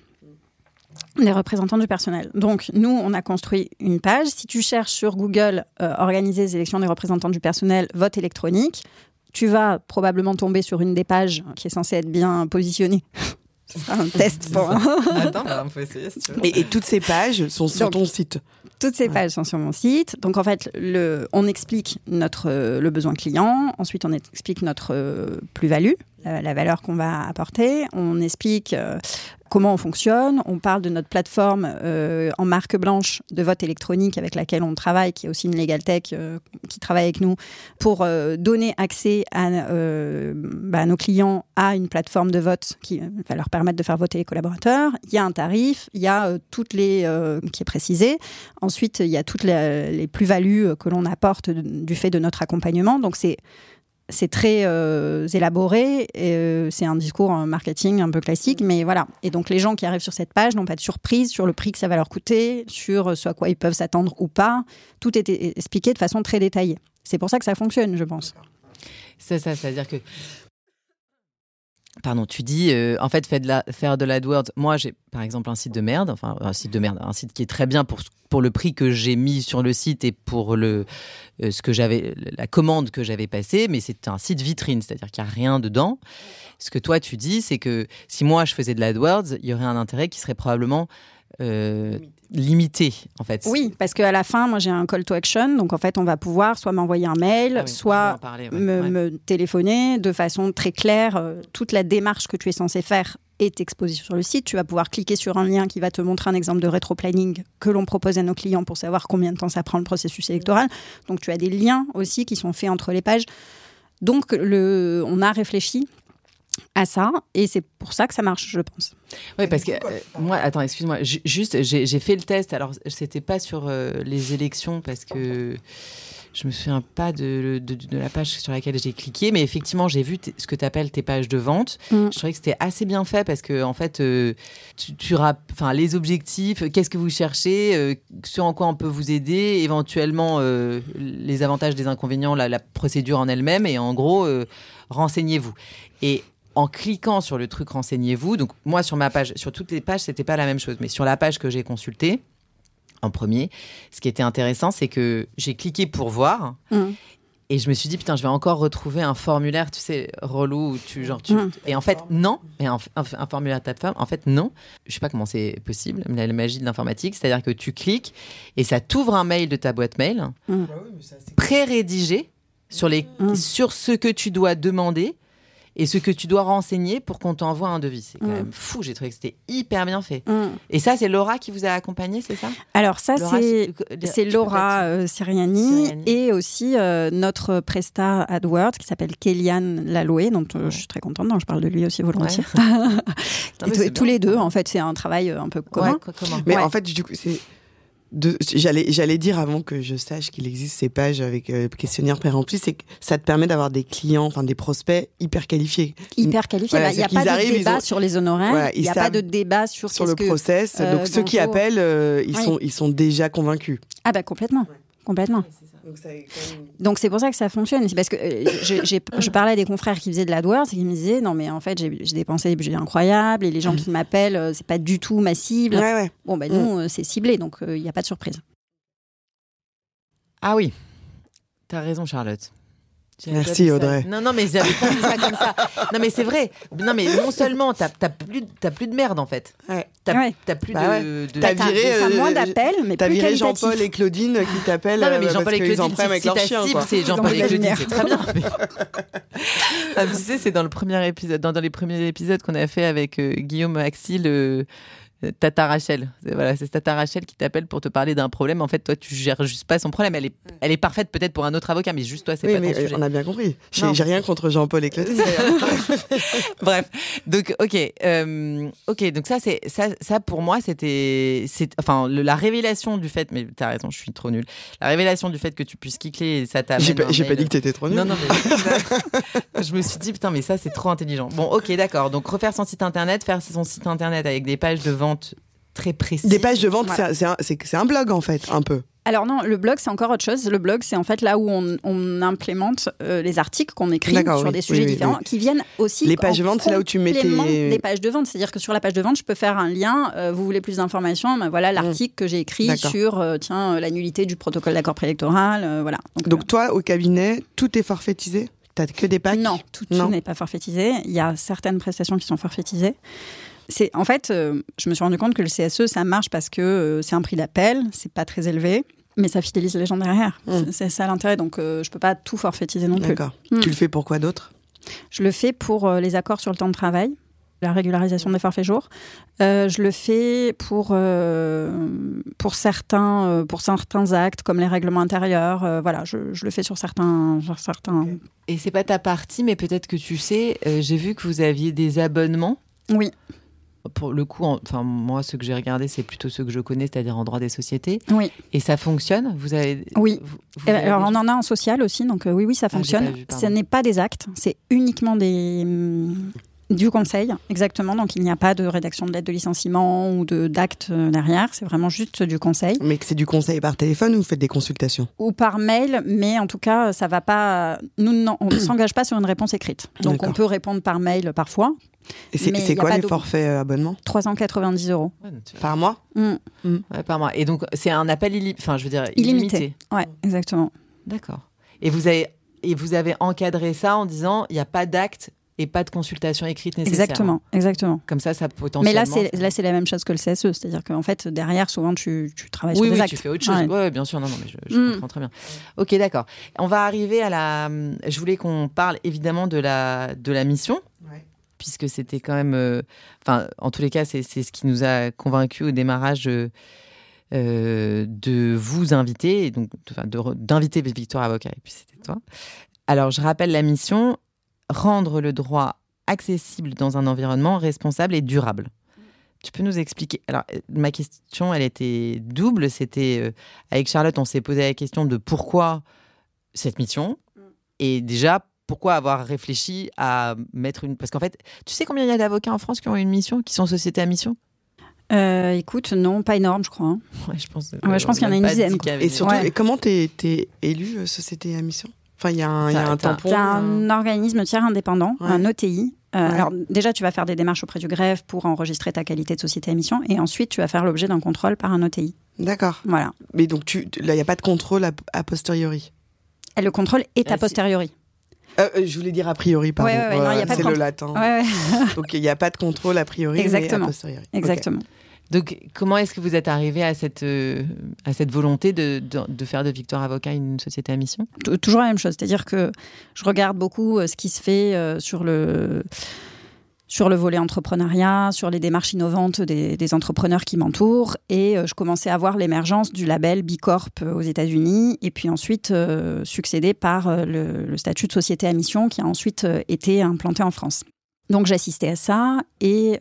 Les représentants du personnel. Donc, nous, on a construit une page. Si tu cherches sur Google organiser les élections des représentants du personnel, vote électronique, tu vas probablement tomber sur une des pages qui est censée être bien positionnée. Ce sera un test pour... Attends, on peut essayer si tu veux. Et toutes ces pages sont sur ton site? Toutes ces pages sont sur mon site. Donc, en fait, on explique le besoin client. Ensuite, on explique notre plus-value, la valeur qu'on va apporter. On explique comment on fonctionne. On parle de notre plateforme en marque blanche de vote électronique avec laquelle on travaille, qui est aussi une Legal Tech qui travaille avec nous, pour donner accès à nos clients à une plateforme de vote qui va leur permettre de faire voter les collaborateurs. Il y a un tarif, il y a qui est précisé. Ensuite, il y a toutes les plus-values que l'on apporte du fait de notre accompagnement. Donc, c'est très élaboré, et, c'est un discours marketing un peu classique, mais voilà. Et donc, les gens qui arrivent sur cette page n'ont pas de surprise sur le prix que ça va leur coûter, sur ce à quoi ils peuvent s'attendre ou pas. Tout est expliqué de façon très détaillée. C'est pour ça que ça fonctionne, je pense. C'est ça, c'est-à-dire que... Pardon, tu dis, en fait, faire de l'AdWords. Moi, j'ai par exemple un site qui est très bien pour le prix que j'ai mis sur le site et pour la commande que j'avais passée, mais c'est un site vitrine, c'est-à-dire qu'il n'y a rien dedans. Ce que toi, tu dis, c'est que si moi, je faisais de l'AdWords, il y aurait un intérêt qui serait probablement limité, en fait. Oui, parce qu'à la fin, moi, j'ai un call to action. Donc, en fait, on va pouvoir soit m'envoyer un mail, soit me téléphoner de façon très claire. Toute la démarche que tu es censé faire est exposée sur le site. Tu vas pouvoir cliquer sur un lien qui va te montrer un exemple de rétro-planning que l'on propose à nos clients pour savoir combien de temps ça prend le processus électoral. Donc, tu as des liens aussi qui sont faits entre les pages. Donc, on a réfléchi à ça, et c'est pour ça que ça marche, je pense. Oui, parce que moi, attends, excuse-moi, juste, j'ai fait le test. Alors, c'était pas sur les élections parce que je me souviens pas de la page sur laquelle j'ai cliqué, mais effectivement, j'ai vu ce que tu appelles tes pages de vente. Je trouvais que c'était assez bien fait parce que en fait, les objectifs, qu'est-ce que vous cherchez, ce en quoi on peut vous aider, éventuellement les avantages, les inconvénients, la procédure en elle-même, et en gros, renseignez-vous. Et en cliquant sur le truc renseignez-vous, donc moi sur ma page, sur toutes les pages, c'était pas la même chose, mais sur la page que j'ai consultée en premier, ce qui était intéressant, c'est que j'ai cliqué pour voir. Et je me suis dit, putain, je vais encore retrouver un formulaire, tu sais, relou, et en fait, non. Et un formulaire Tab-Farm, en fait, non. Je sais pas comment c'est possible, la magie de l'informatique. C'est-à-dire que tu cliques et ça t'ouvre un mail de ta boîte mail, pré-rédigé sur ce que tu dois demander et ce que tu dois renseigner pour qu'on t'envoie un devis. C'est quand même fou, j'ai trouvé que c'était hyper bien fait. Et ça, c'est Laura qui vous a accompagné, c'est ça ? Alors ça, c'est Laura Siriani et aussi notre presta AdWords qui s'appelle Kéliane Laloé, donc je suis très contente, donc je parle de lui aussi volontiers. Ouais. Et tous les deux, en fait, c'est un travail un peu commun. Mais en fait, du coup, c'est... J'allais dire avant que je sache qu'il existe ces pages avec questionnaire pré-rempli, c'est que ça te permet d'avoir des clients, enfin des prospects hyper qualifiés. Hyper qualifiés. Il n'y a pas de débat sur les honoraires. Il n'y a pas de débat sur le process. Donc ceux qui appellent, ils sont déjà convaincus. Ah bah complètement. Complètement. Donc c'est pour ça que ça fonctionne. C'est parce que je parlais à des confrères qui faisaient de l'AdWords et qui me disaient non mais en fait j'ai dépensé des budgets incroyables et les gens qui m'appellent c'est pas du tout ma cible. Bon ben nous c'est ciblé donc il n'y a pas de surprise. Ah oui, t'as raison Charlotte. Merci Audrey. Non mais j'avais pas vu ça comme ça. Non mais c'est vrai. Non mais non seulement t'as plus de merde en fait. T'as plus de. T'as moins d'appels mais t'as plus viré qualitatif. Jean-Paul et Claudine qui t'appellent Jean-Paul et Claudine, avec leur chien. C'est Jean-Paul et Claudine, c'est très bien. Tu sais, c'est dans le premier épisode, dans les premiers épisodes qu'on a fait avec Guillaume Axil. Tata Rachel, c'est Tata Rachel qui t'appelle pour te parler d'un problème. En fait, toi, tu gères juste pas son problème. Elle est parfaite peut-être pour un autre avocat, mais juste toi, c'est pas ton sujet. On a bien compris. J'ai rien contre Jean-Paul et Claudine. Bref, donc ok, donc ça pour moi la révélation du fait, mais t'as raison, je suis trop nulle. La révélation du fait que tu puisses cliquer, ça t'amène. J'ai pas dit que t'étais trop nulle. Non, mais je me suis dit putain, mais ça c'est trop intelligent. Bon, ok, d'accord. Donc refaire son site internet, faire son site internet avec des pages de vente très précises. Des pages de vente, c'est un blog en fait, un peu. Alors non, le blog c'est encore autre chose. Le blog c'est en fait là où on implémente les articles qu'on écrit sur des sujets différents qui viennent aussi. Les pages de vente, c'est là où tu mets les pages de vente. C'est-à-dire que sur la page de vente, je peux faire un lien. Vous voulez plus d'informations, voilà l'article que j'ai écrit sur la nullité du protocole d'accord préélectoral. Voilà. Donc toi, au cabinet, tout est forfaitisé ? T'as que des packs ? Non, tout n'est pas forfaitisé. Il y a certaines prestations qui sont forfaitisées. En fait, je me suis rendu compte que le CSE, ça marche parce que c'est un prix d'appel, c'est pas très élevé, mais ça fidélise les gens derrière. C'est ça l'intérêt, donc je peux pas tout forfaitiser non plus. D'accord. Tu le fais pour quoi d'autre ? Je le fais pour les accords sur le temps de travail, la régularisation des forfaits jours. Je le fais pour certains actes, comme les règlements intérieurs. Voilà, je le fais sur certains. Okay. Et c'est pas ta partie, mais peut-être que tu sais, j'ai vu que vous aviez des abonnements. Oui. Pour le coup, moi, ceux que j'ai regardés, c'est plutôt ceux que je connais, c'est-à-dire en droit des sociétés. Oui. Et ça fonctionne ? Vous avez. Oui. Alors, on en a en social aussi, donc oui, ça fonctionne. Ce n'est pas des actes, c'est uniquement du conseil, exactement. Donc, il n'y a pas de rédaction de lettre de licenciement ou d'acte derrière. C'est vraiment juste du conseil. Mais que c'est du conseil par téléphone ou vous faites des consultations ? Ou par mail, mais en tout cas, ça va pas. Nous, on ne s'engage pas sur une réponse écrite. Donc, on peut répondre par mail parfois. Et c'est quoi les forfaits abonnements ? 390 €. Par mois ? Ouais, par mois. Et donc, c'est un appel illimité. Ouais, exactement. D'accord. Et vous avez encadré ça en disant, il n'y a pas d'acte et pas de consultation écrite nécessaire. Exactement. Comme ça potentiellement... Mais là, c'est la même chose que le CSE. C'est-à-dire qu'en fait, derrière, souvent, tu travailles sur des actes. Oui, tu fais autre chose. Oui, bien sûr. Non, mais je comprends très bien. Ok, d'accord. On va arriver à la... Je voulais qu'on parle évidemment de la mission. Ouais. Puisque c'était quand même... en tous les cas, c'est ce qui nous a convaincus au démarrage de vous inviter, et donc d'inviter Victoire Avocat, et puis c'était toi. Alors, je rappelle la mission, rendre le droit accessible dans un environnement responsable et durable. Tu peux nous expliquer? Alors, ma question, elle était double. C'était, avec Charlotte, on s'est posé la question de pourquoi cette mission et déjà, pourquoi avoir réfléchi à mettre une... Parce qu'en fait, tu sais combien il y a d'avocats en France qui ont une mission, qui sont sociétés à mission? Écoute, non, pas énorme, je crois. Hein. Ouais, je pense qu'il y en a une dizaine. Et surtout, et comment t'es élu société à mission? Enfin, il y a un tampon. C'est un organisme tiers indépendant, un OTI. Alors déjà, tu vas faire des démarches auprès du greffe pour enregistrer ta qualité de société à mission, et ensuite, tu vas faire l'objet d'un contrôle par un OTI. D'accord. Voilà. Mais donc, là, il n'y a pas de contrôle a posteriori? Et le contrôle est a posteriori. Je voulais dire a priori, pardon. Non, y a pas c'est le latin. Donc, il n'y a pas de contrôle a priori, mais a posteriori. Exactement. Okay. Donc, comment est-ce que vous êtes arrivé à cette volonté de faire de Victoire Avocat une société à mission? Toujours la même chose. C'est-à-dire que je regarde beaucoup ce qui se fait sur le volet entrepreneuriat, sur les démarches innovantes des entrepreneurs qui m'entourent. Et je commençais à voir l'émergence du label B Corp aux États-Unis. Et puis ensuite, succédé par le statut de société à mission qui a ensuite été implanté en France. Donc, j'assistais à ça. Et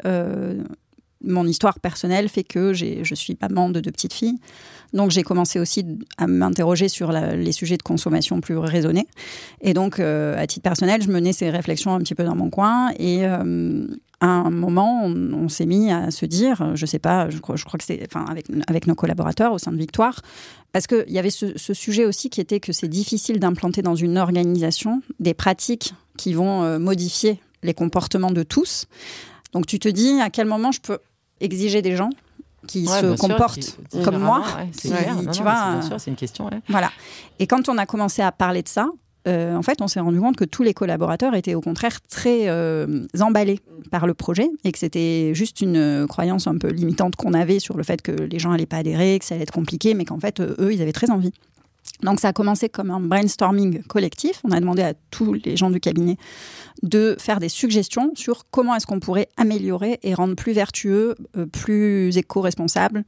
mon histoire personnelle fait que je suis maman de 2 petites filles. Donc, j'ai commencé aussi à m'interroger sur les sujets de consommation plus raisonnés. Et donc, à titre personnel, je menais ces réflexions un petit peu dans mon coin. Et à un moment, on s'est mis à se dire, je sais pas, je crois que c'est, enfin, avec nos collaborateurs au sein de Victoire, parce qu'il y avait ce sujet aussi qui était que c'est difficile d'implanter dans une organisation des pratiques qui vont modifier les comportements de tous. Donc, tu te dis à quel moment je peux exiger des gens qui se comportent comme moi. C'est clair. Tu vois, bien sûr, c'est une question. Ouais. Voilà. Et quand on a commencé à parler de ça, en fait, on s'est rendu compte que tous les collaborateurs étaient au contraire très emballés par le projet et que c'était juste une croyance un peu limitante qu'on avait sur le fait que les gens n'allaient pas adhérer, que ça allait être compliqué, mais qu'en fait, eux, ils avaient très envie. Donc, ça a commencé comme un brainstorming collectif. On a demandé à tous les gens du cabinet de faire des suggestions sur comment est-ce qu'on pourrait améliorer et rendre plus vertueux, plus éco-responsables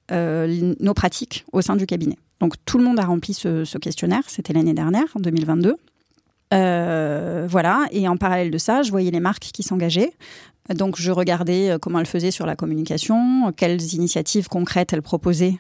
nos pratiques au sein du cabinet. Donc, tout le monde a rempli ce questionnaire. C'était l'année dernière, en 2022. Voilà. Et en parallèle de ça, je voyais les marques qui s'engageaient. Donc, je regardais comment elles faisaient sur la communication, quelles initiatives concrètes elles proposaient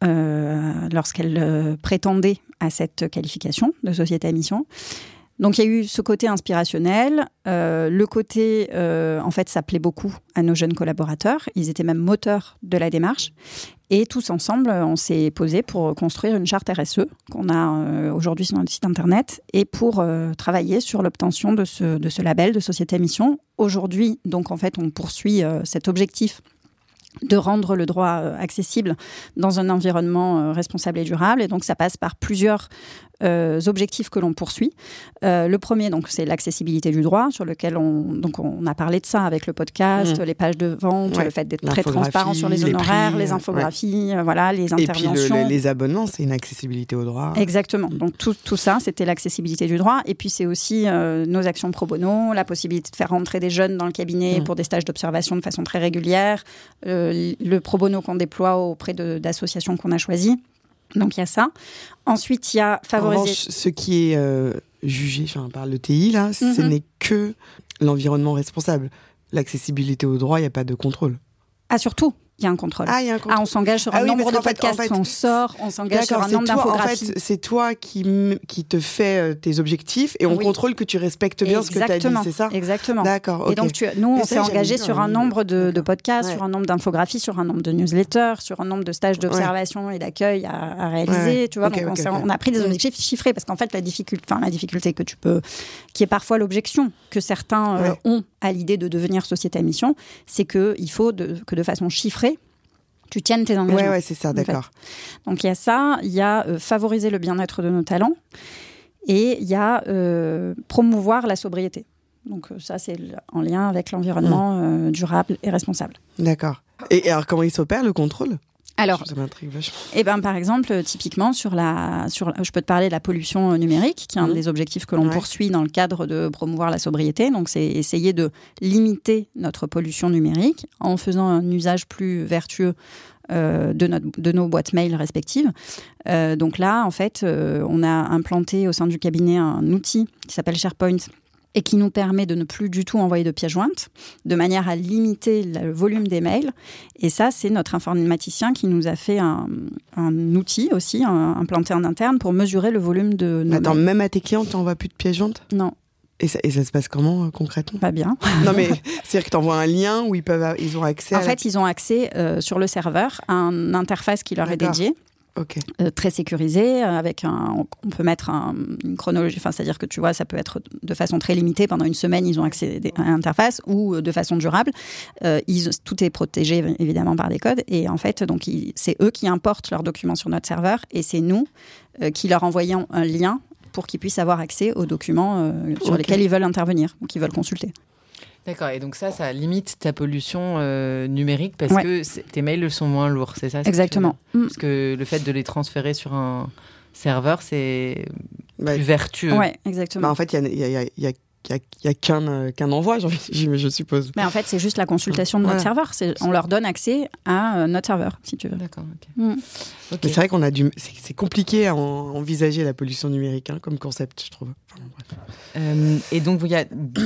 lorsqu'elle prétendait à cette qualification de société à mission. Donc, il y a eu ce côté inspirationnel. Le côté, en fait, ça plaît beaucoup à nos jeunes collaborateurs. Ils étaient même moteurs de la démarche. Et tous ensemble, on s'est posé pour construire une charte RSE qu'on a aujourd'hui sur notre site internet et pour travailler sur l'obtention de ce label de société à mission. Aujourd'hui, donc, en fait, on poursuit cet objectif de rendre le droit accessible dans un environnement responsable et durable. Et donc, ça passe par plusieurs objectifs que l'on poursuit. Le premier, donc, c'est l'accessibilité du droit, sur lequel on a parlé de ça avec le podcast, les pages de vente, le fait d'être très transparent sur les honoraires, les infographies, voilà, les interventions. Et puis les abonnements, c'est une accessibilité au droit. Exactement. Donc, tout ça, c'était l'accessibilité du droit. Et puis, c'est aussi nos actions pro bono, la possibilité de faire rentrer des jeunes dans le cabinet pour des stages d'observation de façon très régulière, le pro bono qu'on déploie auprès d'associations qu'on a choisies. Donc, il y a ça. Ensuite, il y a favoriser... En revanche, ce qui est jugé par le TI, là, ce n'est que l'environnement responsable. L'accessibilité au droit, il n'y a pas de contrôle. Ah, surtout, il y a un contrôle. Ah, il y a un contrôle. On s'engage sur un nombre de podcasts qu'on sort, on s'engage sur un nombre d'infographies. En fait, c'est toi qui te fais tes objectifs et on contrôle que tu respectes bien ce que tu as dit, c'est ça? Exactement. D'accord, ok. Et donc, nous, on s'est engagé sur un nombre de podcasts, sur un nombre d'infographies, sur un nombre de newsletters, sur un nombre de stages d'observation et d'accueil à réaliser, tu vois. Donc, on a pris des objectifs chiffrés parce qu'en fait, la difficulté qui est parfois l'objection que certains ont à l'idée de devenir société à mission, c'est qu'il faut que de façon chiffrée, tu tiennes tes engagements. Ouais, c'est ça, d'accord. En fait. Donc, il y a ça, il y a favoriser le bien-être de nos talents et il y a promouvoir la sobriété. Donc, ça, c'est en lien avec l'environnement durable et responsable. D'accord. Et alors, comment il s'opère, le contrôle ? Alors, ça m'intrigue vachement. Par exemple, typiquement, je peux te parler de la pollution numérique, qui est un des objectifs que l'on poursuit dans le cadre de promouvoir la sobriété. Donc, c'est essayer de limiter notre pollution numérique en faisant un usage plus vertueux de nos boîtes mail respectives. Donc là, en fait, on a implanté au sein du cabinet un outil qui s'appelle SharePoint, et qui nous permet de ne plus du tout envoyer de pièces jointes, de manière à limiter le volume des mails. Et ça, c'est notre informaticien qui nous a fait un outil aussi, implanté en interne, pour mesurer le volume de nos mails. Même à tes clients, tu n'envoies plus de pièces jointes ? Non. Et ça se passe comment concrètement ? Pas bien. Non mais c'est-à-dire que tu envoies un lien où ils ont accès ils ont accès sur le serveur à une interface qui leur est dédiée. Okay. Très sécurisé, on peut mettre une chronologie, c'est-à-dire que tu vois, ça peut être de façon très limitée, pendant une semaine ils ont accès à l'interface, ou de façon durable. Tout est protégé évidemment par des codes, et en fait donc c'est eux qui importent leurs documents sur notre serveur, et c'est nous qui leur envoyons un lien pour qu'ils puissent avoir accès aux documents sur lesquels ils veulent intervenir, ou qu'ils veulent consulter. D'accord, et donc ça limite ta pollution numérique parce que tes mails sont moins lourds, c'est ça ? Exactement. Parce que le fait de les transférer sur un serveur, c'est plus vertueux. Oui, exactement. En fait, il y a qu'un envoi, je suppose. Mais en fait, c'est juste la consultation de notre serveur. On leur donne accès à notre serveur, si tu veux. D'accord, ok. Mais c'est vrai qu'on c'est compliqué à envisager la pollution numérique comme concept, je trouve. Et donc, il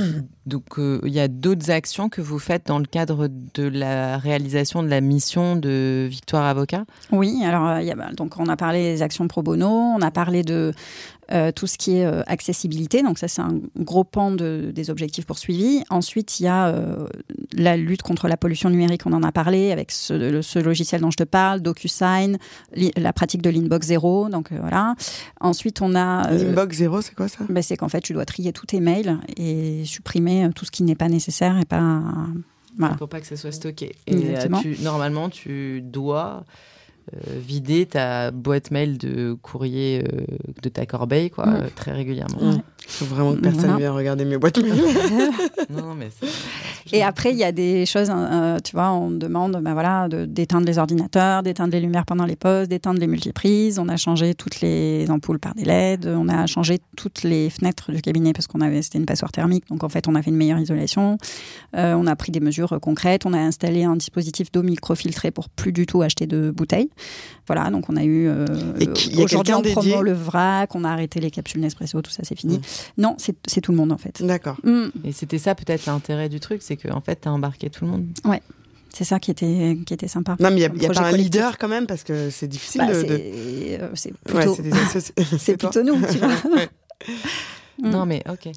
y a d'autres actions que vous faites dans le cadre de la réalisation de la mission de Victoire Avocat ? Oui, alors donc on a parlé des actions pro bono, on a parlé de tout ce qui est accessibilité, donc ça c'est un gros pan des objectifs poursuivis. Ensuite, il y a la lutte contre la pollution numérique, on en a parlé avec ce logiciel dont je te parle, DocuSign, la pratique de l'inbox zéro, donc voilà. Ensuite, on a... L'inbox zéro, c'est quoi ça ? C'est qu'en fait, tu dois trier tous tes mails et supprimer tout ce qui n'est pas nécessaire et pas... Voilà. Pour pas que ça soit stocké. Et normalement, tu dois... vider ta boîte mail de courrier de ta corbeille très régulièrement. Il faut vraiment que personne vienne regarder mes boîtes mail. Non, mais et après, il y a des choses, tu vois, on demande d'éteindre les ordinateurs, d'éteindre les lumières pendant les pauses, d'éteindre les multiprises. On a changé toutes les ampoules par des LED. On a changé toutes les fenêtres du cabinet parce c'était une passoire thermique. Donc, en fait, on a fait une meilleure isolation. On a pris des mesures concrètes. On a installé un dispositif d'eau microfiltrée pour plus du tout acheter de bouteilles. Voilà, donc on a eu... aujourd'hui, on promeut le vrac, on a arrêté les capsules Nespresso, tout ça, c'est fini. Non, c'est tout le monde, en fait. D'accord. Et c'était ça, peut-être, l'intérêt du truc, c'est qu'en fait, tu as embarqué tout le monde. Ouais. C'est ça qui était sympa. Non, mais il y a pas un leader, quand même, parce que c'est difficile c'est plutôt... c'est plutôt nous, tu vois. Non, mais OK.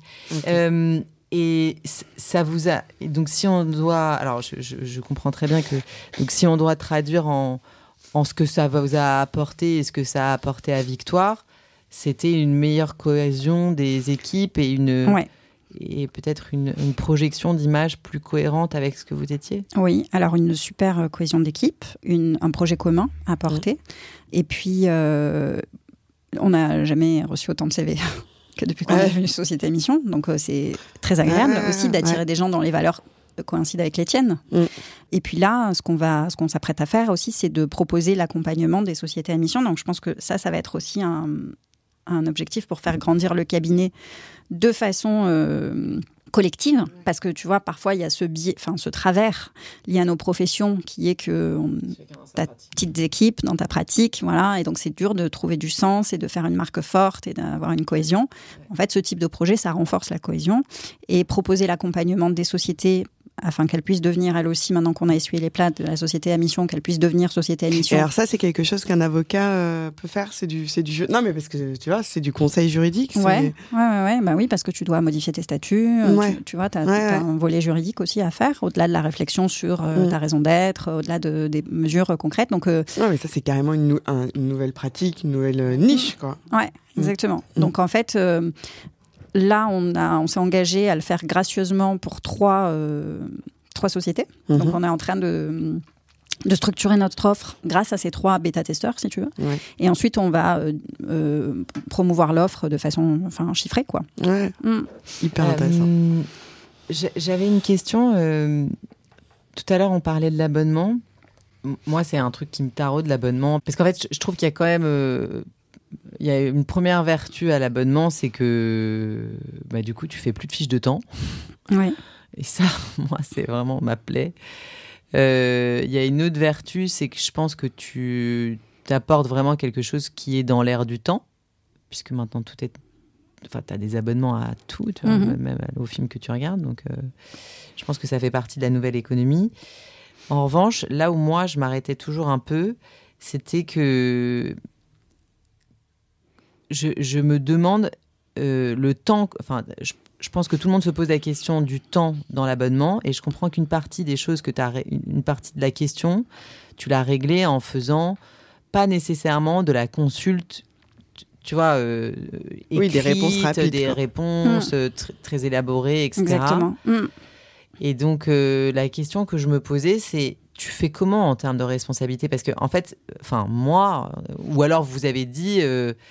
Et ça vous a... Donc, si on doit... Alors, je comprends très bien que... Donc, si on doit traduire en ce que ça vous a apporté et ce que ça a apporté à Victoire, c'était une meilleure cohésion des équipes et et peut-être une projection d'image plus cohérente avec ce que vous étiez. Oui, alors une super cohésion d'équipe, un projet commun à porter. Et puis, on n'a jamais reçu autant de CV que depuis qu'on est devenu Société Émission. Donc, c'est très agréable aussi d'attirer des gens dont les valeurs coïncident avec les tiennes. Et puis là, ce qu'on s'apprête à faire aussi, c'est de proposer l'accompagnement des sociétés à mission. Donc je pense que ça va être aussi un objectif pour faire grandir le cabinet de façon collective, parce que tu vois, parfois il y a ce travers lié à nos professions qui est que tu as petites équipes dans ta pratique, voilà, et donc c'est dur de trouver du sens et de faire une marque forte et d'avoir une cohésion. En fait, ce type de projet, ça renforce la cohésion, et proposer l'accompagnement des sociétés afin qu'elle puisse devenir, elle aussi, maintenant qu'on a essuyé les plats de la société à mission, qu'elle puisse devenir société à mission. Et alors ça, c'est quelque chose qu'un avocat peut faire, c'est du jeu. Non, mais parce que tu vois, c'est du conseil juridique. Ouais. Bah oui, parce que tu dois modifier tes statuts. Tu vois, t'as un volet juridique aussi à faire, au-delà de la réflexion sur ta raison d'être, au-delà des mesures concrètes. Donc, non, mais ça, c'est carrément une nouvelle pratique, une nouvelle niche, quoi. Ouais, exactement. Donc, en fait... Là, on s'est engagé à le faire gracieusement pour trois sociétés. Donc, on est en train de structurer notre offre grâce à ces 3 bêta-testeurs, si tu veux. Et ensuite, on va promouvoir l'offre de façon chiffrée, quoi. Ouais. Hyper intéressant. J'avais une question. Tout à l'heure, on parlait de l'abonnement. Moi, c'est un truc qui me taraude, l'abonnement. Parce qu'en fait, je trouve qu'il y a quand même... Il y a une première vertu à l'abonnement, c'est que du coup, tu fais plus de fiches de temps. Oui. Et ça, moi, c'est vraiment ma plaie. Il y a une autre vertu, c'est que je pense que tu t'apportes vraiment quelque chose qui est dans l'air du temps, puisque maintenant tout est t'as des abonnements à tout, tu vois, même aux films que tu regardes. Donc, je pense que ça fait partie de la nouvelle économie. En revanche, là où moi, je m'arrêtais toujours un peu, c'était que je me demande le temps. Enfin, je pense que tout le monde se pose la question du temps dans l'abonnement, et je comprends qu'une partie des choses une partie de la question, tu l'as réglée en faisant pas nécessairement de la consulte, tu vois, écrite, des réponses rapides, des réponses très élaborées, etc. Exactement. Et donc, la question que je me posais, c'est tu fais comment en termes de responsabilité ? Parce que, en fait, moi, ou alors vous avez dit,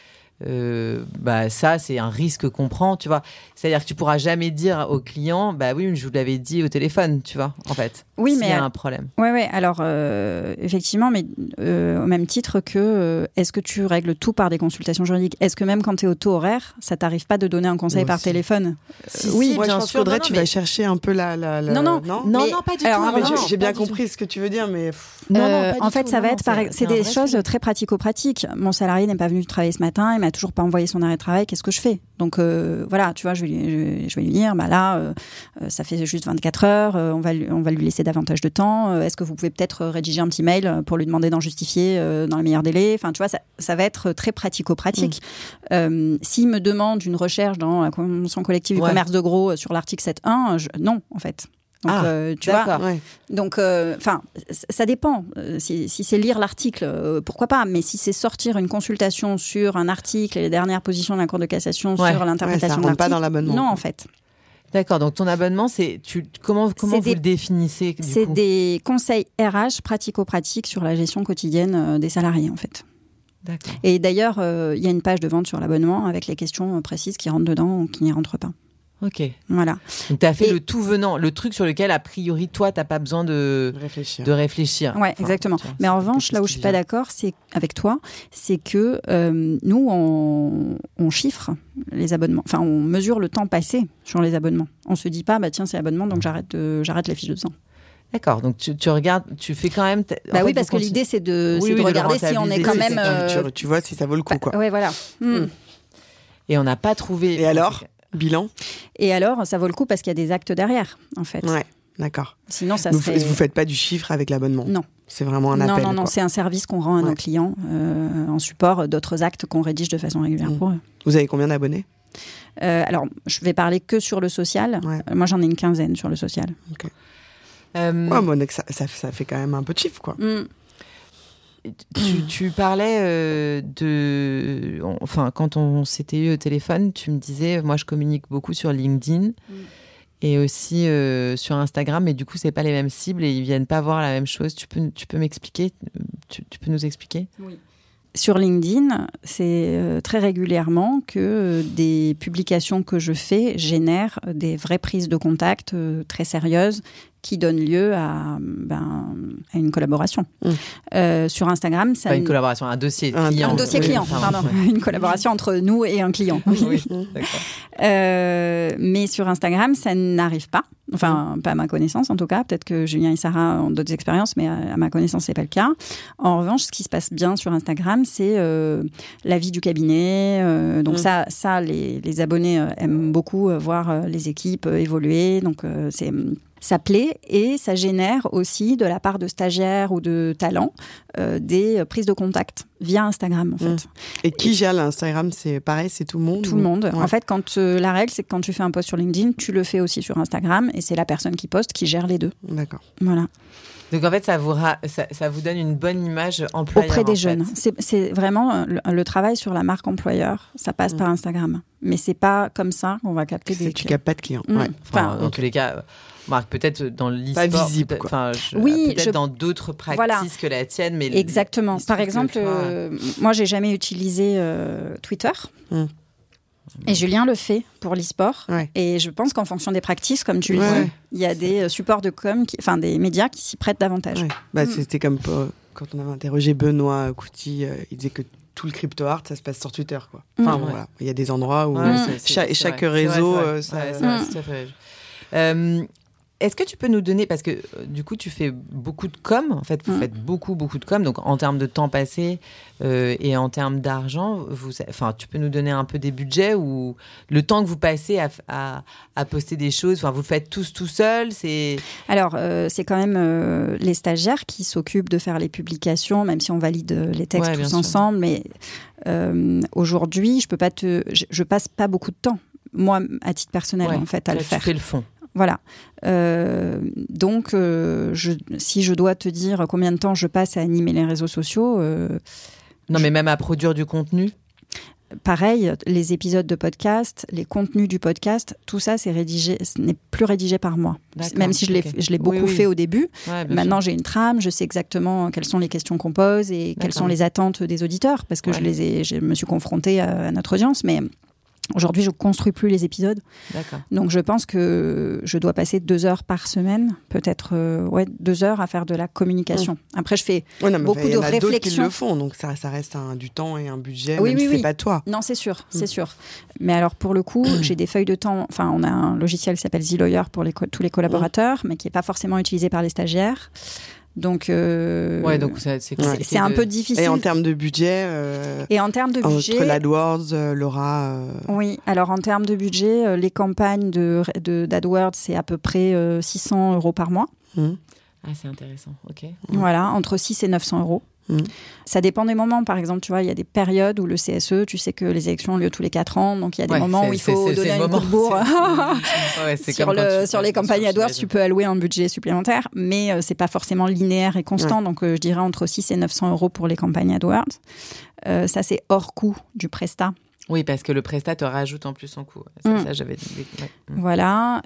ça, c'est un risque qu'on prend, tu vois. C'est-à-dire que tu pourras jamais dire au client, oui, je vous l'avais dit au téléphone, tu vois, en fait. Oui, s'il mais y a un problème. Oui. Alors, effectivement, mais au même titre que, est-ce que tu règles tout par des consultations juridiques ? Est-ce que même quand tu es au taux horaire, ça t'arrive pas de donner un conseil par téléphone ? Oui, moi, bien sûr. Audrey, tu vas chercher un peu la... Non, pas du tout. J'ai bien compris ce que tu veux dire, mais... En fait, ça va être... C'est des choses très pratico-pratiques. Mon salarié n'est pas venu travailler ce matin, il m'a toujours pas envoyé son arrêt de travail, qu'est-ce que je fais ? Donc, voilà, tu vois, je vais lui dire, ça fait juste 24 heures, on va lui laisser davantage de temps. Est-ce que vous pouvez peut-être rédiger un petit mail pour lui demander d'en justifier dans les meilleurs délais ? Enfin, tu vois, ça va être très pratico-pratique. S'il me demande une recherche dans la convention collective du commerce de gros sur l'article 7.1, non, en fait. Donc, tu vois. Ouais. Donc, ça dépend. Si c'est lire l'article, pourquoi pas. Mais si c'est sortir une consultation sur un article et les dernières positions de la Cour de cassation sur l'interprétation de l'article, pas dans l'abonnement. Non, en fait. D'accord. Donc, ton abonnement, comment vous le définissez du C'est coup des conseils RH pratico-pratiques sur la gestion quotidienne des salariés, en fait. D'accord. Et d'ailleurs, il y a une page de vente sur l'abonnement avec les questions précises qui rentrent dedans ou qui n'y rentrent pas. Ok. Voilà. Donc, tu as fait le tout venant, le truc sur lequel, a priori, toi, tu n'as pas besoin de réfléchir. Oui, exactement. Mais en revanche, là où je ne suis pas d'accord avec toi, c'est que nous, on chiffre les abonnements. Enfin, on mesure le temps passé sur les abonnements. On ne se dit pas, tiens, c'est l'abonnement, donc j'arrête la fiche de temps. D'accord, donc tu regardes, tu fais quand même... oui, parce que l'idée, c'est de regarder si on est quand même... Tu vois si ça vaut le coup, quoi. Oui, voilà. Et on n'a pas trouvé... Et alors ? Bilan ? Et alors, ça vaut le coup parce qu'il y a des actes derrière, en fait. Ouais, d'accord. Sinon, ça Vous serait... Vous faites pas du chiffre avec l'abonnement ? Non. C'est vraiment un appel. Non, c'est un service qu'on rend à nos clients en support d'autres actes qu'on rédige de façon régulière pour eux. Vous avez combien d'abonnés ? Alors, je vais parler que sur le social. Ouais. Moi, j'en ai une 15aine sur le social. Ok. Ça fait quand même un peu de chiffre, quoi. Tu parlais quand on s'était eu au téléphone, tu me disais, moi je communique beaucoup sur LinkedIn et aussi sur Instagram, mais du coup c'est pas les mêmes cibles et ils viennent pas voir la même chose. Tu peux m'expliquer ? Tu peux nous expliquer ? Oui. Sur LinkedIn, c'est très régulièrement que des publications que je fais génèrent des vraies prises de contact très sérieuses qui donnent lieu à une collaboration. Sur Instagram, ça... Pas une collaboration, un dossier client. Un dossier client, pardon. Une collaboration entre nous et un client. Oui, d'accord. Mais sur Instagram, ça n'arrive pas. Enfin, pas à ma connaissance en tout cas. Peut-être que Julien et Sarah ont d'autres expériences, mais à ma connaissance, c'est pas le cas. En revanche, ce qui se passe bien sur Instagram, c'est la vie du cabinet. Donc ça, les abonnés aiment beaucoup voir les équipes évoluer. Donc ça plaît et ça génère aussi de la part de stagiaires ou de talents des prises de contact via Instagram en fait. Et qui gère l'Instagram ? C'est pareil, c'est tout le monde ? Tout le monde. Ouais. En fait, la règle, c'est que quand tu fais un post sur LinkedIn, tu le fais aussi sur Instagram et c'est la personne qui poste qui gère les deux. D'accord. Voilà. Donc en fait, ça vous donne une bonne image employeur. Auprès des jeunes. C'est vraiment le travail sur la marque employeur. Ça passe par Instagram. Mais c'est pas comme ça qu'on va capter des clients. Tu captes pas de clients. Dans tous les cas... Marc, peut-être dans l'e-sport, pas visible, quoi. Peut-être dans d'autres pratiques que la tienne, mais exactement. Par exemple, moi, j'ai jamais utilisé Twitter. Et Julien le fait pour l'e-sport. Ouais. Et je pense qu'en fonction des pratiques, comme tu le dis, il y a des supports de com, des médias qui s'y prêtent davantage. Ouais. C'était comme quand on avait interrogé Benoît Couty, il disait que tout le crypto art, ça se passe sur Twitter, quoi. Enfin, voilà. Il y a des endroits où chaque réseau... C'est tout à fait. Est-ce que tu peux nous donner, parce que du coup tu fais beaucoup de com, en fait vous faites beaucoup de com, donc en termes de temps passé et en termes d'argent, tu peux nous donner un peu des budgets ou le temps que vous passez à poster des choses, enfin vous le faites tous tout seul, c'est... Alors c'est quand même les stagiaires qui s'occupent de faire les publications, même si on valide les textes tous ensemble, mais aujourd'hui je passe pas beaucoup de temps, moi à titre personnel en fait à le faire. Tu fais le fond. Voilà. Donc, si je dois te dire combien de temps je passe à animer les réseaux sociaux... Non, mais même à produire du contenu. Pareil, les épisodes de podcast, les contenus du podcast, tout ça, ce n'est plus rédigé par moi. Même si je l'ai beaucoup fait au début. Ouais, maintenant, j'ai une trame, je sais exactement quelles sont les questions qu'on pose et quelles sont les attentes des auditeurs, parce que je me suis confrontée à notre audience, mais... Aujourd'hui, je ne construis plus les épisodes. D'accord. Donc, je pense que je dois passer 2 heures par semaine, peut-être 2 heures à faire de la communication. Après, je fais beaucoup de réflexion. Il y en a d'autres qui le font, donc ça reste du temps et un budget, même si c'est pas toi. Non, c'est sûr, c'est sûr. Mais alors, pour le coup, j'ai des feuilles de temps. Enfin, on a un logiciel qui s'appelle ZLawyer pour tous les collaborateurs, mais qui n'est pas forcément utilisé par les stagiaires. Donc, donc c'est un peu difficile. Et en termes de budget, entre l'AdWords, Laura. Oui, alors en termes de budget, les campagnes d'AdWords, c'est à peu près 600 € par mois. Ah, c'est intéressant, ok. Voilà, entre 6 et 900 €. Ça dépend des moments. Par exemple, tu vois, il y a des périodes où le CSE, tu sais que les élections ont lieu tous les 4 ans, donc il y a des moments où il faut donner un coup de bourre. Sur les campagnes AdWords, tu peux allouer un budget supplémentaire, mais c'est pas forcément linéaire et constant. Donc je dirais entre 6 et 900 € pour les campagnes AdWords. Ça, c'est hors coût du prestat. Oui, parce que le prestat te rajoute en plus son coût. Ça, j'avais dit. Ouais. Voilà.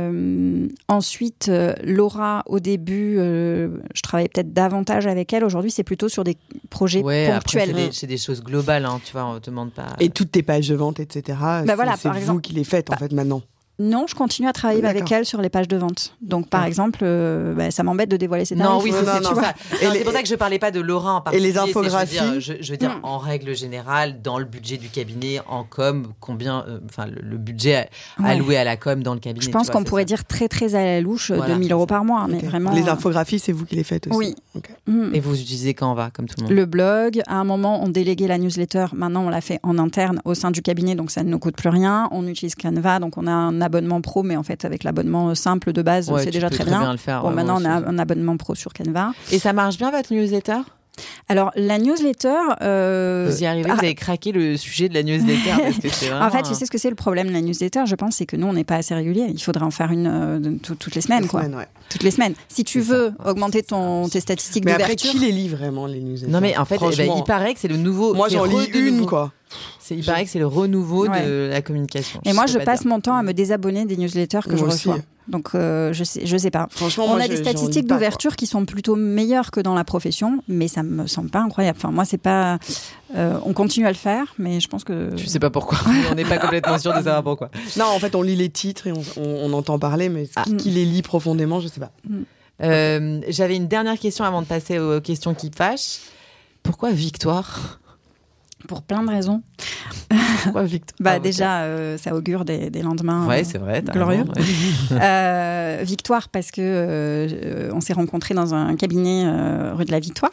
Ensuite, Laura, au début, je travaillais peut-être davantage avec elle. Aujourd'hui, c'est plutôt sur des projets ponctuels. Après, c'est des choses globales, hein, tu vois, on ne te demande pas... Et toutes tes pages de vente, etc., c'est vous qui les faites, en fait, maintenant. Non, je continue à travailler avec elle sur les pages de vente. Donc, par exemple, ça m'embête de dévoiler ses tarifs. Non, oui, c'est pour ça que je ne parlais pas de Laura en particulier. Et les infographies Je veux dire, en règle générale, dans le budget du cabinet, en com, combien... le budget alloué à la com dans le cabinet. Je pense qu'on pourrait dire très, très à la louche 2 000 € par mois. Mais vraiment, les infographies, c'est vous qui les faites aussi. Oui. Okay. Et vous utilisez Canva, comme tout le monde. Le blog, à un moment, on déléguait la newsletter. Maintenant, on l'a fait en interne au sein du cabinet, donc ça ne nous coûte plus rien. On utilise Canva, donc on a un abonnement pro, mais en fait, avec l'abonnement simple de base, c'est déjà très bien. Le faire, maintenant, on a un abonnement pro sur Canva. Et ça marche bien, votre newsletter ? Alors, la newsletter... Vous y arrivez, vous avez craqué le sujet de la newsletter parce que c'est vraiment... En fait, tu sais ce que c'est le problème de la newsletter, je pense, c'est que nous, on n'est pas assez régulier. Il faudrait en faire une toutes les semaines, quoi. Toutes les semaines. Si tu veux augmenter tes statistiques d'ouverture... Mais après, qui les lit vraiment, les newsletters ? Non, mais en fait, il paraît que c'est le nouveau... Moi, j'en lis une, quoi. Il paraît que c'est le renouveau de la communication. Et moi, je passe mon temps à me désabonner des newsletters que je reçois. Donc, je sais pas. Franchement, on a des statistiques d'ouverture qui sont plutôt meilleures que dans la profession, mais ça me semble pas incroyable. Enfin, moi, c'est pas... on continue à le faire, mais je pense que... Je sais pas pourquoi. On n'est pas complètement sûr de savoir pourquoi. Non, en fait, on lit les titres et on entend parler, mais qui les lit profondément, je sais pas. J'avais une dernière question avant de passer aux questions qui fâchent. Pourquoi Victoire ? Pour plein de raisons. Pourquoi Victoire déjà, ça augure des lendemains c'est vrai, glorieux. Victoire, parce que on s'est rencontrés dans un cabinet rue de la Victoire.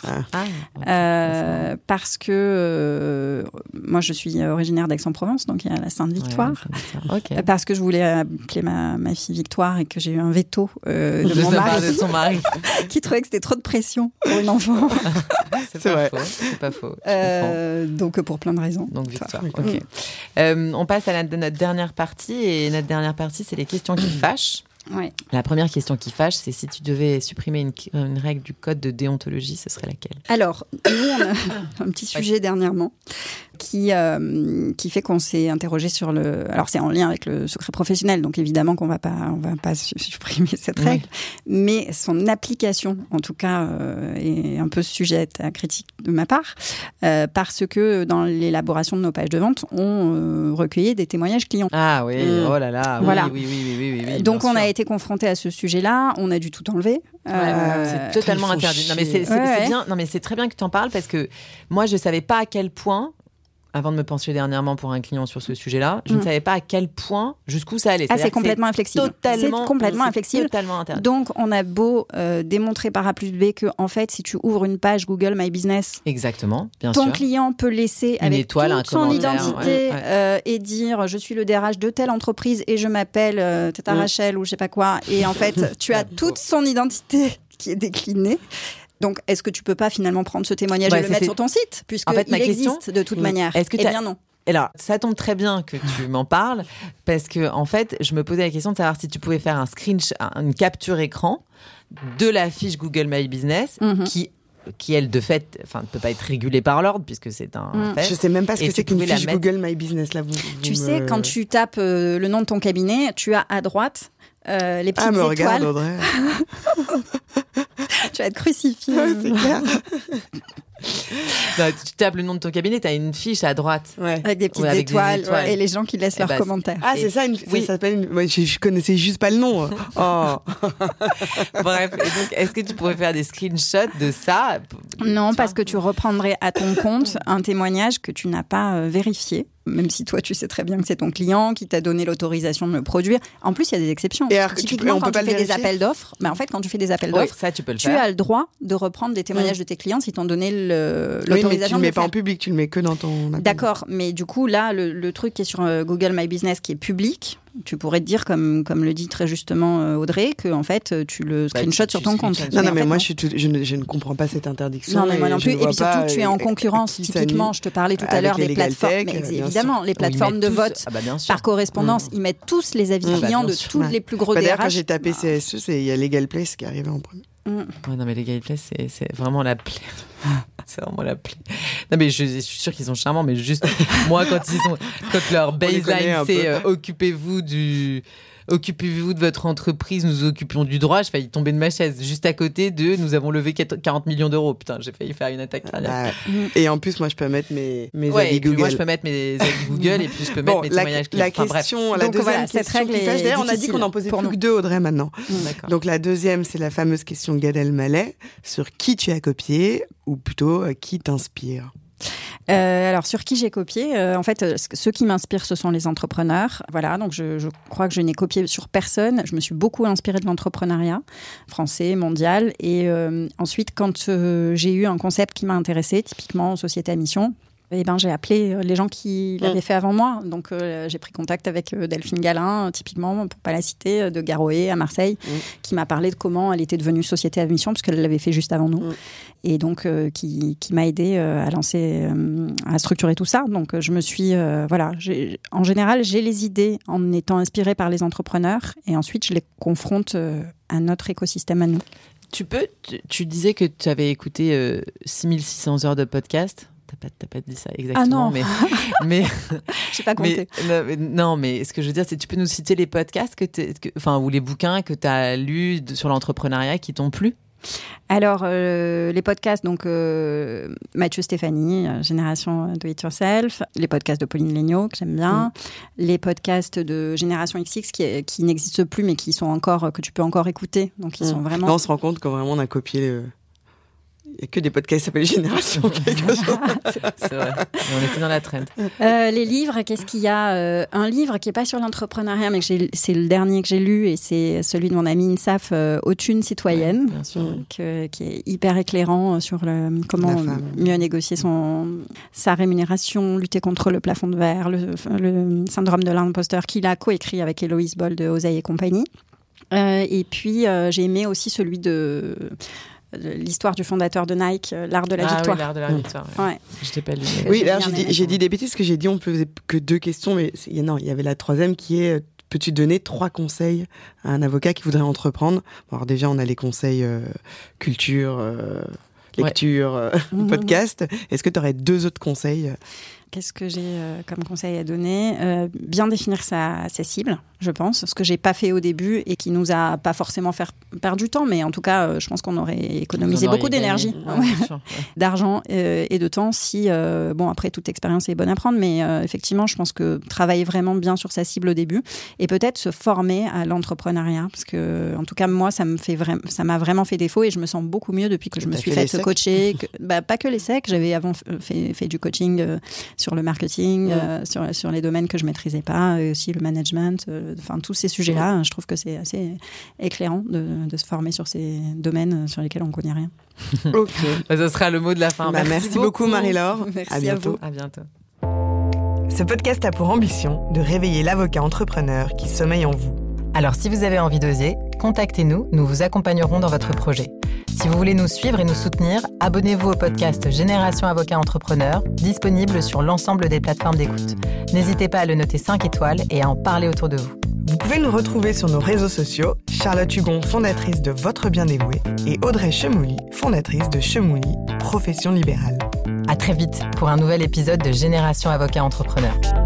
Parce que moi, je suis originaire d'Aix-en-Provence, donc il y a la Sainte-Victoire. Parce que je voulais appeler ma fille Victoire et que j'ai eu un veto de mon mari. De son mari. Qui trouvait que c'était trop de pression pour une enfant. C'est vrai. C'est pas faux. Donc, pour plein de raisons. Donc, Victoire. Ok. On passe à notre dernière partie. Et notre dernière partie, c'est les questions qui fâchent. Ouais. La première question qui fâche, c'est si tu devais supprimer une règle du code de déontologie, ce serait laquelle ? Alors, nous, on a un petit sujet dernièrement qui fait qu'on s'est interrogé sur le... Alors, c'est en lien avec le secret professionnel, donc évidemment qu'on va pas supprimer cette règle, mais son application, en tout cas, est un peu sujette à critique de ma part, parce que dans l'élaboration de nos pages de vente, on recueillait des témoignages clients. Ah oui, oh là là, voilà. Oui. Donc, on a été confronté à ce sujet-là, on a dû tout enlever. C'est totalement interdit. Non, mais c'est bien. Non, mais c'est très bien que tu en parles parce que moi, je savais pas à quel point. avant de me pencher dernièrement pour un client sur ce sujet-là, je ne savais pas à quel point, jusqu'où ça allait. C'est complètement inflexible. C'est complètement inflexible. Totalement interdit. Donc, on a beau démontrer par A plus B que, en fait, si tu ouvres une page Google My Business, exactement, bien sûr, ton client peut laisser une avec étoile, toute son identité et dire je suis le DRH de telle entreprise et je m'appelle Tata Rachel ou je sais pas quoi. Et en fait, tu as toute son identité qui est déclinée. Donc, est-ce que tu peux pas finalement prendre ce témoignage et le mettre sur ton site, puisque il existe de toute manière? Eh bien non. Alors, ça tombe très bien que tu m'en parles, parce que en fait, je me posais la question de savoir si tu pouvais faire un screenshot, une capture écran de la fiche Google My Business qui elle, de fait, ne peut pas être régulée par l'ordre, puisque c'est un fait. Je sais même pas ce que c'est qu'une fiche Google My Business. Là, tu sais, quand tu tapes le nom de ton cabinet, tu as à droite les petites étoiles. Regarde, Audrey. Tu vas être crucifiée. C'est clair. Non, tu tapes le nom de ton cabinet, tu as une fiche à droite. Avec des petites étoiles. Et les gens qui laissent leurs commentaires. C'est ça, ça s'appelle Moi, je connaissais juste pas le nom. Oh. Bref, et donc, est-ce que tu pourrais faire des screenshots de ça? Non, parce que tu reprendrais à ton compte un témoignage que tu n'as pas vérifié. Même si toi, tu sais très bien que c'est ton client qui t'a donné l'autorisation de le produire. En plus, il y a des exceptions. Et typiquement, quand tu fais des appels d'offres, quand tu fais des appels d'offres, ça, tu as le droit de reprendre des témoignages de tes clients si t'ont donné l'autorisation. Mais tu le mets pas en public, tu le mets que dans ton appel. D'accord, mais du coup, là, le truc qui est sur Google My Business, qui est public, tu pourrais te dire, comme le dit très justement Audrey, que en fait, tu le screenshot sur ton compte. Non, mais moi, je ne comprends pas cette interdiction. Non, mais moi non plus. Et puis surtout, tu es en concurrence. Typiquement, je te parlais tout à l'heure des plateformes. Mais évidemment, les plateformes de vote par correspondance, ils mettent tous les avis clients de tous les plus gros DRH. D'ailleurs, quand j'ai tapé CSE, il y a Legal Place qui est arrivé en premier. Non, mais Legal Place, c'est vraiment la plaie. C'est vraiment la plaie. Non, mais je suis sûre qu'ils sont charmants, mais juste moi, quand leur baseline, c'est occupez-vous de votre entreprise, nous occupons du droit. J'ai failli tomber de ma chaise. Juste à côté de nous avons levé 40 millions d'euros. Putain, j'ai failli faire une attaque cardiaque. Et en plus, moi, je peux mettre mes avis Google. Moi, je peux mettre mes avis Google et puis je peux mettre mes témoignages clients. La deuxième question qui fâche. D'ailleurs, on a dit qu'on en posait plus que 2, Audrey, maintenant. Donc, la deuxième, c'est la fameuse question Gad Elmaleh sur qui tu as copié ou plutôt qui t'inspire. Alors, sur qui j'ai copié, en fait, ceux qui m'inspirent, ce sont les entrepreneurs. Voilà, donc je crois que je n'ai copié sur personne. Je me suis beaucoup inspirée de l'entrepreneuriat français, mondial. Et ensuite, quand j'ai eu un concept qui m'a intéressée, typiquement société à mission, j'ai appelé les gens qui l'avaient fait avant moi. Donc, j'ai pris contact avec Delphine Galin, typiquement, pour pas la citer, de Garoé à Marseille, qui m'a parlé de comment elle était devenue société à mission, parce qu'elle l'avait fait juste avant nous. Et donc, qui m'a aidée à lancer, à structurer tout ça. Donc, je me suis... en général, j'ai les idées en étant inspirée par les entrepreneurs. Et ensuite, je les confronte à notre écosystème à nous. Tu disais que tu avais écouté 6600 heures de podcast. T'as pas dit ça exactement, mais j'ai pas compté. Mais ce que je veux dire, c'est tu peux nous citer les podcasts ou les bouquins que tu as lus sur l'entrepreneuriat qui t'ont plu? Alors, les podcasts, donc Mathieu Stéphanie, Génération Do It Yourself, les podcasts de Pauline Léniaud, que j'aime bien, les podcasts de Génération XX qui n'existent plus, mais qui sont que tu peux encore écouter. Donc, ils sont vraiment... Là, on se rend compte que vraiment, on a copié Il n'y a que des podcasts qui s'appellent Génération quelque chose. C'est vrai. Et on était dans la trend. Les livres, qu'est-ce qu'il y a Un livre qui n'est pas sur l'entrepreneuriat, mais c'est le dernier que j'ai lu, et c'est celui de mon amie Insaf, Autune citoyenne, qui est hyper éclairant sur comment mieux négocier sa rémunération, lutter contre le plafond de verre, le syndrome de l'imposteur, qu'il a coécrit avec Héloïse Boll de Oseille et compagnie. Et puis, j'ai aimé aussi celui de l'histoire du fondateur de Nike, l'art de la victoire. Oui, l'art de la victoire. Ouais. Je t'ai pas lu. Oui, alors j'ai dit des bêtises parce que j'ai dit on faisait que 2 questions, mais il y avait la troisième qui est peux-tu donner 3 conseils à un avocat qui voudrait entreprendre? Bon, alors déjà, on a les conseils culture, lecture, podcast. Est-ce que tu aurais 2 autres conseils? Qu'est-ce que j'ai comme conseil à donner? Bien définir sa cible, je pense. Ce que j'ai pas fait au début et qui nous a pas forcément fait perdre du temps, mais en tout cas, je pense qu'on aurait économisé beaucoup d'énergie, d'argent et de temps. Si, après, toute expérience est bonne à prendre, mais effectivement, je pense que travailler vraiment bien sur sa cible au début et peut-être se former à l'entrepreneuriat, parce que, en tout cas, moi, ça m'a vraiment fait défaut et je me sens beaucoup mieux depuis que je me suis faite coacher. Pas que les secs, j'avais avant fait du coaching sur le marketing, sur les domaines que je maîtrisais pas, et aussi le management, tous ces sujets-là. Je trouve que c'est assez éclairant de se former sur ces domaines sur lesquels on connaît rien. Ok, ce sera le mot de la fin. Merci beaucoup Marie-Laure. Merci à vous. À bientôt. Ce podcast a pour ambition de réveiller l'avocat entrepreneur qui sommeille en vous. Alors si vous avez envie d'oser, contactez-nous, nous vous accompagnerons dans votre projet. Si vous voulez nous suivre et nous soutenir, abonnez-vous au podcast Génération Avocat Entrepreneur, disponible sur l'ensemble des plateformes d'écoute. N'hésitez pas à le noter 5 étoiles et à en parler autour de vous. Vous pouvez nous retrouver sur nos réseaux sociaux, Charlotte Hugon, fondatrice de Votre Bien Dévoué, et Audrey Chemouli, fondatrice de Chemouli, profession libérale. À très vite pour un nouvel épisode de Génération Avocat Entrepreneur.